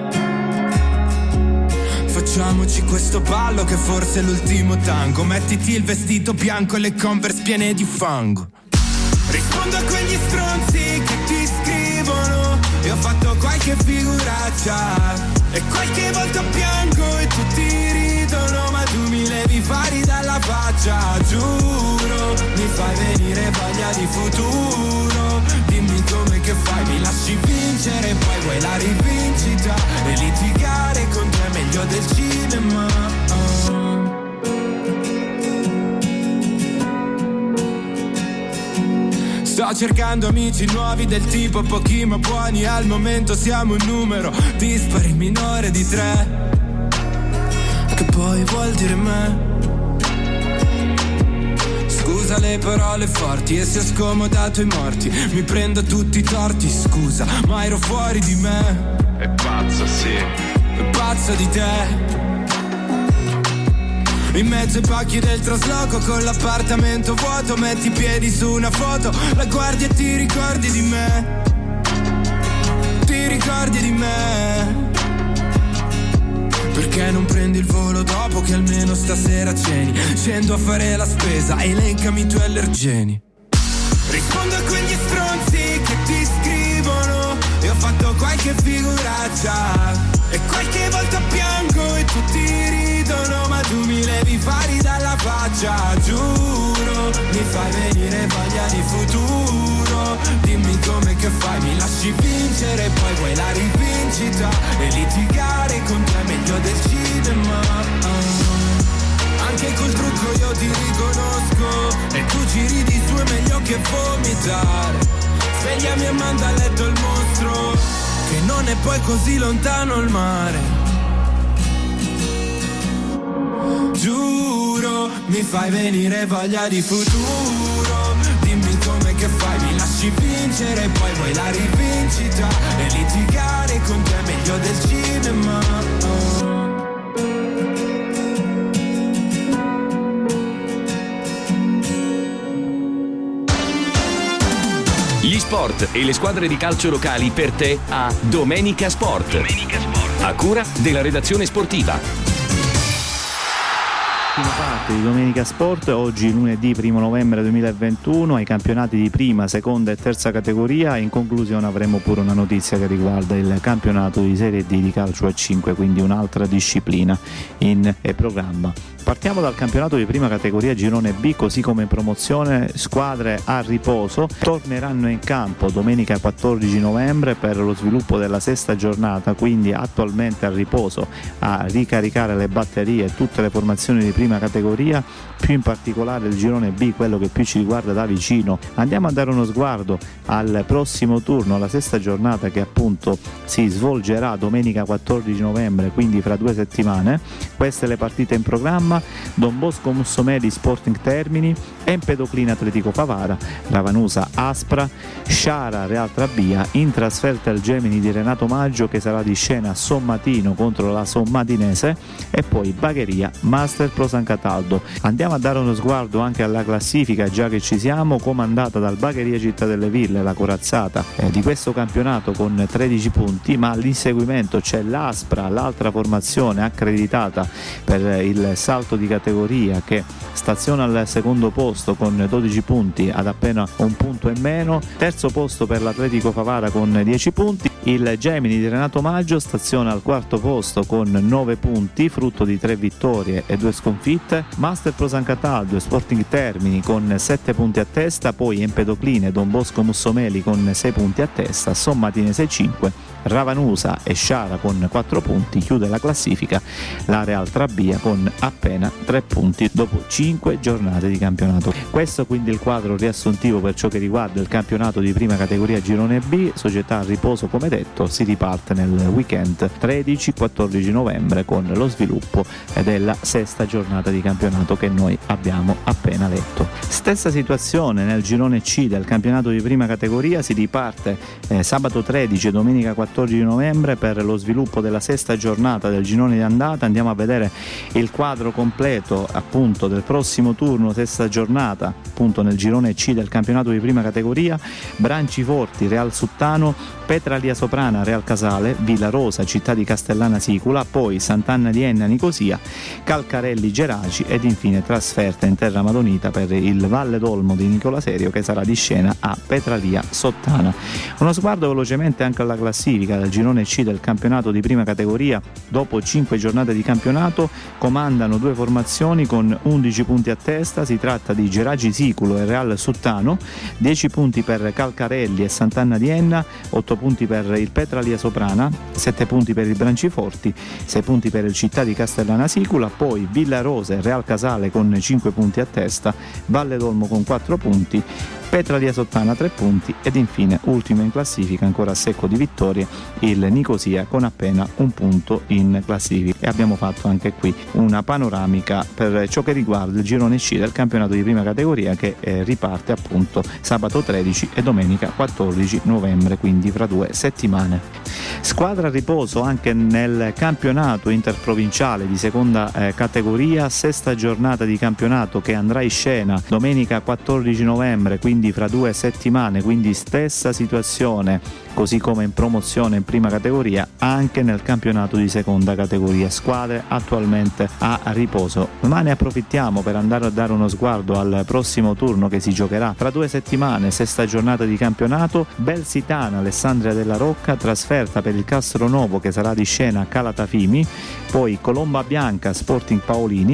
S6: Facciamoci questo ballo che forse è l'ultimo tango, mettiti il vestito bianco e le Converse piene di fango. Rispondo a quegli stronzi che ti scrivono, e ho fatto qualche figuraccia e qualche volta piango e tutti ridono, ma tu mi levi fari dalla faccia, giuro, mi fai venire voglia di futuro. Dimmi come che fai, mi lasci vincere e poi vuoi la rivincita, e litigare con te è meglio del cinema. Sto cercando amici nuovi del tipo pochi ma buoni, al momento siamo un numero dispari minore di 3, che poi vuol dire me. Scusa le parole forti e se ho scomodato i morti, mi prendo tutti i torti, scusa ma ero fuori di me.
S8: È pazzo, sì,
S6: è pazzo di te. In mezzo ai pacchi del trasloco con l'appartamento vuoto, metti i piedi su una foto, la guardi e ti ricordi di me. Ti ricordi di me. Perché non prendi il volo dopo che almeno stasera ceni? Scendo a fare la spesa, elencami i tuoi allergeni. Rispondo a quegli stronzi che ti scrivono, e ho fatto qualche figuraccia e qualche volta piango e tutti ridono, ma tu mi levi fari dalla faccia, giuro, mi poi vuoi la rivincita e litigare con te è meglio del cinema. Anche col trucco io ti riconosco e tu ci ridi su, è meglio che vomitare. Svegliami e manda a letto il mostro, che non è poi così lontano il mare. Giuro, mi fai venire voglia di futuro. Dimmi come che fai, mi lasci vincere, poi vuoi la rivincita e litigare con te è meglio del cinema.
S1: Gli sport e le squadre di calcio locali per te a Domenica Sport. A cura della redazione sportiva.
S2: Prima parte di Domenica Sport, oggi lunedì 1 novembre 2021, ai campionati di prima, seconda e terza categoria. In conclusione avremo pure una notizia che riguarda il campionato di Serie D di calcio a 5, quindi un'altra disciplina in programma. Partiamo dal campionato di prima categoria girone B, così come in promozione squadre a riposo torneranno in campo domenica 14 novembre per lo sviluppo della sesta giornata, quindi attualmente a riposo a ricaricare le batterie tutte le formazioni di prima categoria, più in particolare il girone B, quello che più ci riguarda da vicino. Andiamo a dare uno sguardo al prossimo turno, alla sesta giornata che appunto si svolgerà domenica 14 novembre, quindi fra 2 settimane. Queste le partite in programma: Don Bosco Mussomeli Sporting Termini, Empedoclina Atletico Favara, Ravanusa Aspra, Sciara Real Trabia, in trasferta il Gemini di Renato Maggio che sarà di scena a Sommatino contro la Sommatinese, e poi Bagheria Master Pro San Cataldo. Andiamo a dare uno sguardo anche alla classifica, già che ci siamo, comandata dal Bagheria Città delle Ville, la corazzata di questo campionato con 13 punti, ma all'inseguimento c'è l'Aspra, l'altra formazione accreditata per il salto di categoria, che staziona al secondo posto con 12 punti ad appena un punto in meno. Terzo posto per l'Atletico Favara con 10 punti. Il Gemini di Renato Maggio staziona al quarto posto con 9 punti, frutto di 3 vittorie e 2 sconfitte. Master Pro San Cataldo e Sporting Termini con 7 punti a testa, poi Empedocline e Don Bosco Mussomeli con 6 punti a testa, Sommatinese 5, Ravanusa e Sciara con 4 punti. Chiude la classifica la Real Trabia con appena 3 punti dopo 5 giornate di campionato. Questo quindi il quadro riassuntivo per ciò che riguarda il campionato di prima categoria girone B. Società a riposo, come detto, si riparte nel weekend 13-14 novembre con lo sviluppo della sesta giornata di campionato che noi abbiamo appena letto. Stessa situazione nel girone C del campionato di prima categoria, si riparte sabato 13 e domenica 14 novembre per lo sviluppo della sesta giornata del girone di andata. Andiamo a vedere il quadro completo appunto del prossimo turno, sesta giornata appunto nel girone C del campionato di prima categoria. Branciforti Real Suttano, Petralia Soprana Real Casale, Villa Rosa Città di Castellana Sicula, poi Sant'Anna di Enna Nicosia, Calcarelli Geraci ed infine trasferta in terra madonita per il Valle d'Olmo di Nicola Serio che sarà di scena a Petralia Sottana. Uno sguardo velocemente anche alla classifica del girone C del campionato di prima categoria. Dopo 5 giornate di campionato comandano 2 formazioni con 11 punti a testa, si tratta di Geraci Siculo e Real Suttano, 10 punti per Calcarelli e Sant'Anna di Enna, 8 punti per il Petralia Soprana, 7 punti per il Branciforti, 6 punti per il Città di Castellana Sicula, poi Villa Rosa e Real Casale con 5 punti a testa, Valle d'Olmo con 4 punti, Petralia Sottana 3 punti ed infine ultimo in classifica, ancora a secco di vittorie, il Nicosia con appena un punto in classifica. E abbiamo fatto anche qui una panoramica per ciò che riguarda il girone C del campionato di prima categoria che riparte appunto sabato 13 e domenica 14 novembre, quindi fra 2 settimane. Squadra a riposo anche nel campionato interprovinciale di seconda categoria, sesta giornata di campionato che andrà in scena domenica 14 novembre, quindi fra 2 settimane, quindi stessa situazione così come in promozione in prima categoria anche nel campionato di seconda categoria, squadre attualmente a riposo. Ma ne approfittiamo per andare a dare uno sguardo al prossimo turno che si giocherà fra 2 settimane, sesta giornata di campionato. Belsitana Alessandria della Rocca, trasferta per il Castronovo che sarà di scena a Calatafimi, poi Colomba Bianca Sporting Paolini,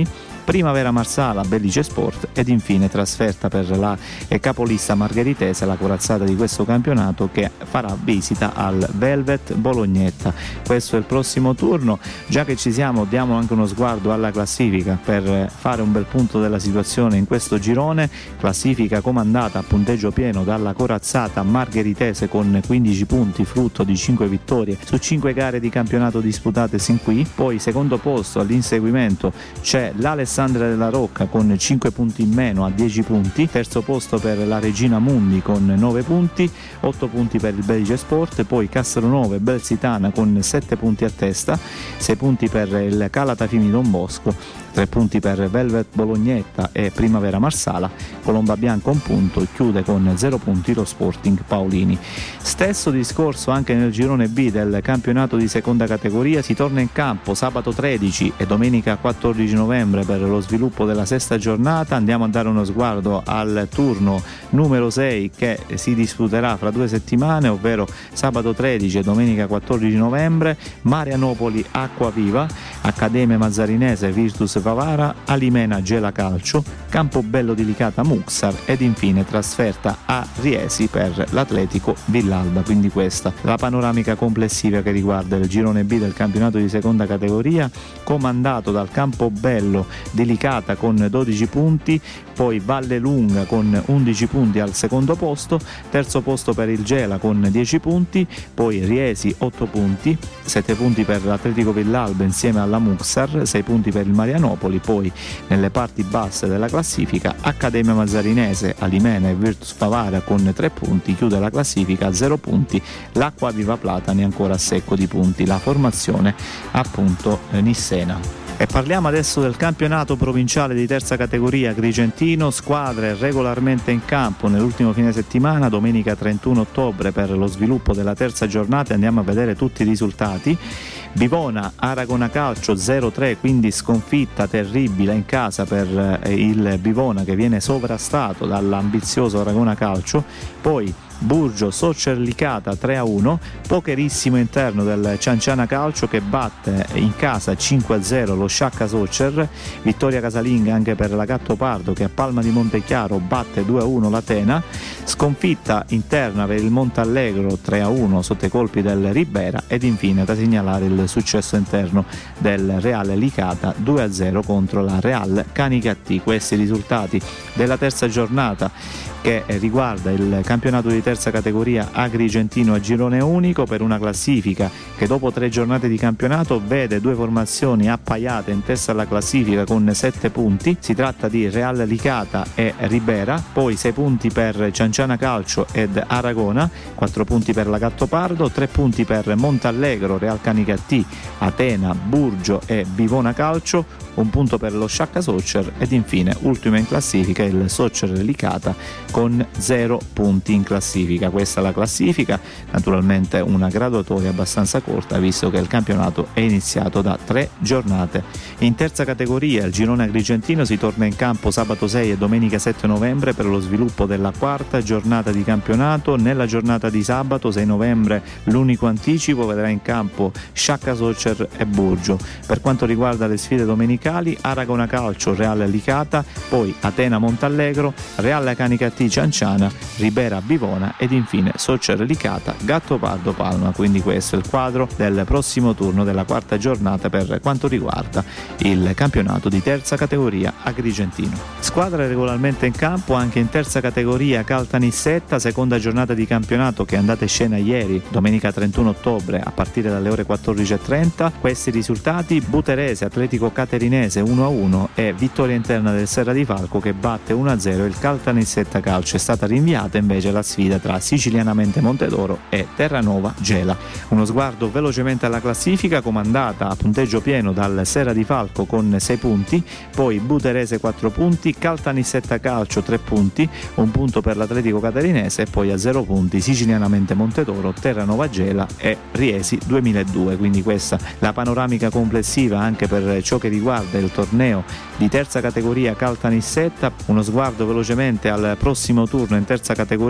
S2: Primavera Marsala, Bellice Sport ed infine trasferta per la capolista margheritese, la corazzata di questo campionato, che farà visita al Velvet Bolognetta. Questo è il prossimo turno. Già che ci siamo, diamo anche uno sguardo alla classifica per fare un bel punto della situazione in questo girone, classifica comandata a punteggio pieno dalla corazzata margheritese con 15 punti, frutto di 5 vittorie su 5 gare di campionato disputate sin qui. Poi secondo posto all'inseguimento c'è l'Alessandria della Rocca con 5 punti in meno a 10 punti, terzo posto per la Regina Mundi con 9 punti, 8 punti per il Bellice Sport, poi Castronuovo e Belsitana con 7 punti a testa, 6 punti per il Calatafimi Don Bosco, 3 punti per Velvet Bolognetta e Primavera Marsala, Colomba Bianca un punto, chiude con 0 punti lo Sporting Paolini. Stesso discorso anche nel girone B del campionato di seconda categoria, si torna in campo sabato 13 e domenica 14 novembre per lo sviluppo della sesta giornata. Andiamo a dare uno sguardo al turno numero 6 che si disputerà fra 2 settimane, ovvero sabato 13 e domenica 14 novembre, Marianopoli Acquaviva, Accademia Mazzarinese Virtus Favara, Alimena Gela Calcio, Campobello di Licata Muxar ed infine trasferta a Riesi per l'Atletico Villalba. Quindi questa la panoramica complessiva che riguarda il girone B del campionato di seconda categoria, comandato dal Campobello di Licata con 12 punti, poi Valle Lunga con 11 punti al secondo posto, terzo posto per il Gela con 10 punti, poi Riesi 8 punti, 7 punti per l'Atletico Villalba insieme alla Muxar, 6 punti per il Marianopoli. Poi nelle parti basse della classifica Accademia Mazzarinese, Alimena e Virtus Favara con 3 punti, chiude la classifica a 0 punti l'Acquaviva Platani ancora a secco di punti, la formazione appunto nissena. E parliamo adesso del campionato provinciale di terza categoria agrigentino, squadre regolarmente in campo nell'ultimo fine settimana, domenica 31 ottobre per lo sviluppo della terza giornata. Andiamo a vedere tutti i risultati. Bivona Aragona Calcio 0-3, quindi sconfitta terribile in casa per il Bivona che viene sovrastato dall'ambizioso Aragona Calcio. Poi Burgio Soccer Licata 3-1, pocherissimo interno del Cianciana Calcio che batte in casa 5-0 lo Sciacca Soccer, vittoria casalinga anche per la Gattopardo che a Palma di Montechiaro batte 2-1 l'Atena, sconfitta interna per il Montallegro 3-1 sotto i colpi del Ribera ed infine da segnalare il successo interno del Reale Licata 2-0 contro la Real Canicattì. Questi risultati della terza giornata che riguarda il campionato di terza categoria agrigentino a girone unico, per una classifica che dopo 3 giornate di campionato vede 2 formazioni appaiate in testa alla classifica con 7 punti. Si tratta di Real Licata e Ribera, poi 6 punti per Cianciana Calcio ed Aragona, 4 punti per la Gattopardo, 3 punti per Montallegro, Real Canicattì, Atena, Burgio e Bivona Calcio, 1 punto per lo Sciacca Soccer ed infine ultimo in classifica il Soccer Licata con 0 punti in classifica. Questa è la classifica, naturalmente una graduatoria abbastanza corta visto che il campionato è iniziato da 3 giornate. In terza categoria il girone agrigentino si torna in campo sabato 6 e domenica 7 novembre per lo sviluppo della quarta giornata di campionato. Nella giornata di sabato 6 novembre l'unico anticipo vedrà in campo Sciacca Soccer e Burgio. Per quanto riguarda le sfide domenicali, Aragona Calcio Real Licata, poi Atena Montallegro, Real Canicattì Cianciana, Ribera Bivona ed infine Soccer Licata Gattopardo Palma. Quindi questo è il quadro del prossimo turno della quarta giornata per quanto riguarda il campionato di terza categoria agrigentino. Squadra regolarmente in campo anche in terza categoria Caltanissetta, seconda giornata di campionato che è andata in scena ieri, domenica 31 ottobre a partire dalle ore 14:30. Questi risultati: Buterese Atletico Caterinese 1-1 e vittoria interna del Serra di Falco che batte 1-0 il Caltanissetta Calcio. È stata rinviata invece la sfida tra Sicilianamente Montedoro e Terranova Gela. Uno sguardo velocemente alla classifica, comandata a punteggio pieno dal Serra di Falco con 6 punti, poi Buterese 4 punti, Caltanissetta Calcio 3 punti, 1 punto per l'Atletico Caterinese e poi a 0 punti Sicilianamente Montedoro, Terranova Gela e Riesi 2002. Quindi questa la panoramica complessiva anche per ciò che riguarda il torneo di terza categoria Caltanissetta. Uno sguardo velocemente al prossimo turno in terza categoria,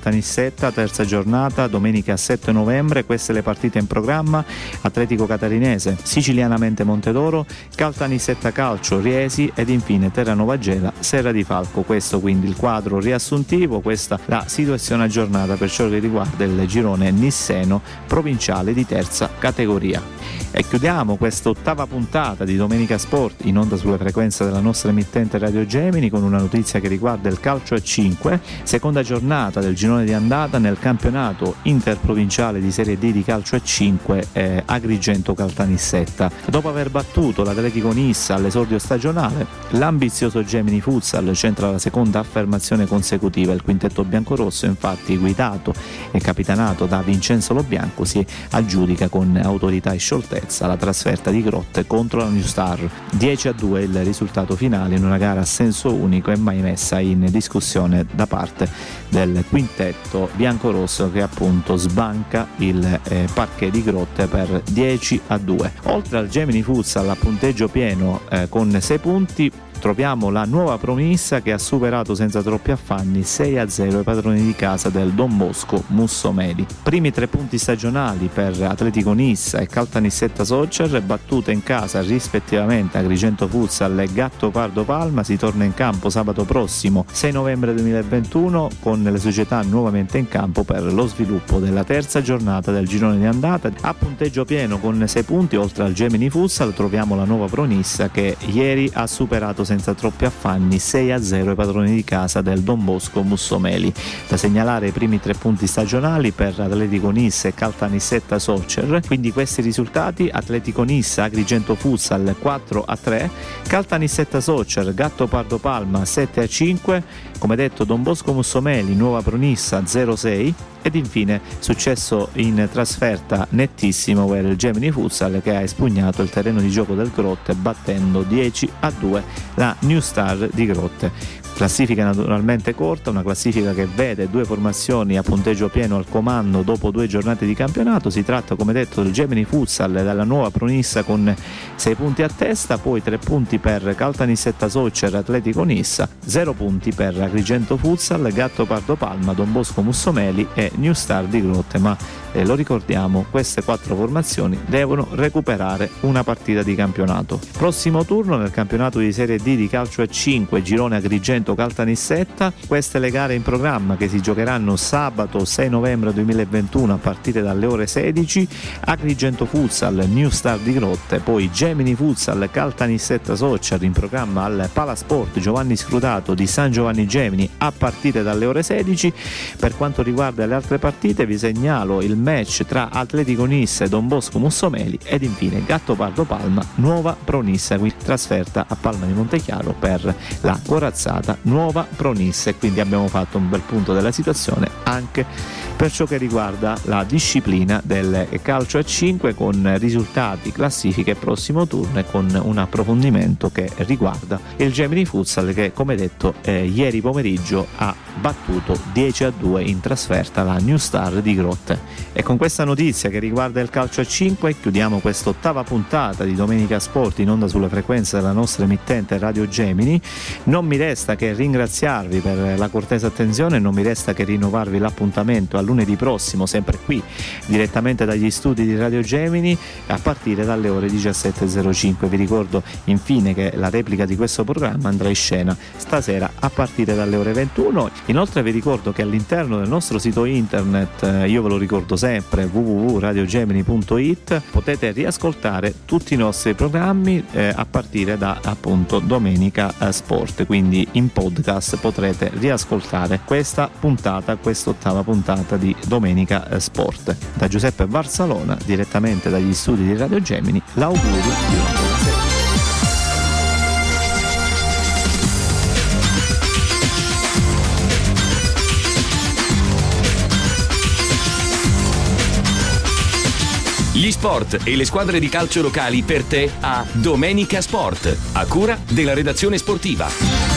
S2: Caltanissetta, terza giornata, domenica 7 novembre. Queste le partite in programma: Atletico Catarinese, Sicilianamente Montedoro, Caltanissetta Calcio, Riesi ed infine Terranova Gela, Serra di Falco. Questo quindi il quadro riassuntivo, questa la situazione aggiornata per ciò che riguarda il girone nisseno provinciale di terza categoria. E chiudiamo questa ottava puntata di Domenica Sport in onda sulle frequenze della nostra emittente Radio Gemini con una notizia che riguarda il calcio a 5, seconda giornata del girone di andata nel campionato interprovinciale di Serie D di calcio a 5 Agrigento Caltanissetta. Dopo aver battuto l'Atletico Nissa all'esordio stagionale, l'ambizioso Gemini Futsal centra la seconda affermazione consecutiva. Il quintetto biancorosso, infatti guidato e capitanato da Vincenzo Lobianco, si aggiudica con autorità e scioltezza la trasferta di Grotte contro la New Star. 10-2 il risultato finale in una gara a senso unico e mai messa in discussione da parte del quintetto biancorosso, che appunto sbanca il parquet di Grotte per 10-2. Oltre al Gemini Futsal a punteggio pieno con 6 punti, troviamo la nuova promessa che ha superato senza troppi affanni 6-0 i padroni di casa del Don Bosco Mussomeli. Primi 3 punti stagionali per Atletico Nissa e Caltanissetta Soccer, battute in casa rispettivamente Agrigento Futsal e Gatto Pardo Palma. Si torna in campo sabato prossimo 6 novembre 2021 con le società nuovamente in campo per lo sviluppo della terza giornata del girone di andata. A punteggio pieno con 6 punti, oltre al Gemini Futsal, troviamo la nuova Pronissa che ieri ha superato senza troppi affanni 6-0 i padroni di casa del Don Bosco Mussomeli. Da segnalare i primi 3 punti stagionali per Atletico Nissa e Caltanissetta Soccer, quindi questi risultati: Atletico Nissa Agrigento Futsal 4-3, Caltanissetta Soccer Gatto Pardo Palma 7-5, come detto Don Bosco Mussomeli Nuova Pronissa 0-6 ed infine successo in trasferta nettissimo per il Gemini Futsal, che ha espugnato il terreno di gioco del Grotte battendo 10-2 la New Star di Grotte. Classifica naturalmente corta, una classifica che vede 2 formazioni a punteggio pieno al comando dopo 2 giornate di campionato. Si tratta, come detto, del Gemini Futsal dalla nuova Pronissa con 6 punti a testa, poi 3 punti per Caltanissetta Soccer Atletico Nissa, 0 punti per Agrigento Futsal, Gatto Pardo Palma, Don Bosco Mussomeli e New Star di Grotte. Ma lo ricordiamo, queste 4 formazioni devono recuperare una partita di campionato. Prossimo turno nel campionato di Serie D di calcio a 5, girone Agrigento Caltanissetta. Queste le gare in programma che si giocheranno sabato 6 novembre 2021 a partire dalle ore 16. Agrigento Futsal New Star di Grotte, poi Gemini Futsal Caltanissetta Soccer in programma al Palasport Giovanni Scrutato di San Giovanni Gemini a partire dalle ore 16. Per quanto riguarda le altre partite vi segnalo il match tra Atletico Nissa e Don Bosco Mussomeli ed infine Gatto Pardo Palma Nuova Pronissa, quindi trasferta a Palma di Montechiaro per la corazzata Nuova Pronissa. E quindi abbiamo fatto un bel punto della situazione anche per ciò che riguarda la disciplina del calcio a 5, con risultati, classifiche e prossimo turno, e con un approfondimento che riguarda il Gemini Futsal che, come detto, ieri pomeriggio ha battuto 10-2 in trasferta la New Star di Grotte. E con questa notizia che riguarda il calcio a 5 chiudiamo questa ottava puntata di Domenica Sport in onda sulle frequenze della nostra emittente Radio Gemini. Non mi resta che ringraziarvi per la cortese attenzione, non mi resta che rinnovarvi l'appuntamento a lunedì prossimo, sempre qui direttamente dagli studi di Radio Gemini a partire dalle ore 17.05. Vi ricordo infine che la replica di questo programma andrà in scena stasera a partire dalle ore 21. Inoltre vi ricordo che all'interno del nostro sito internet, io ve lo ricordo sempre, www.radiogemini.it, potete riascoltare tutti i nostri programmi a partire da appunto Domenica Sport, quindi in podcast potrete riascoltare questa puntata, quest'ottava puntata di Domenica Sport. Da Giuseppe Barsalona, direttamente dagli studi di Radio Gemini, l'augurio di una buona serata.
S1: Gli sport e le squadre di calcio locali per te a Domenica Sport, a cura della redazione sportiva.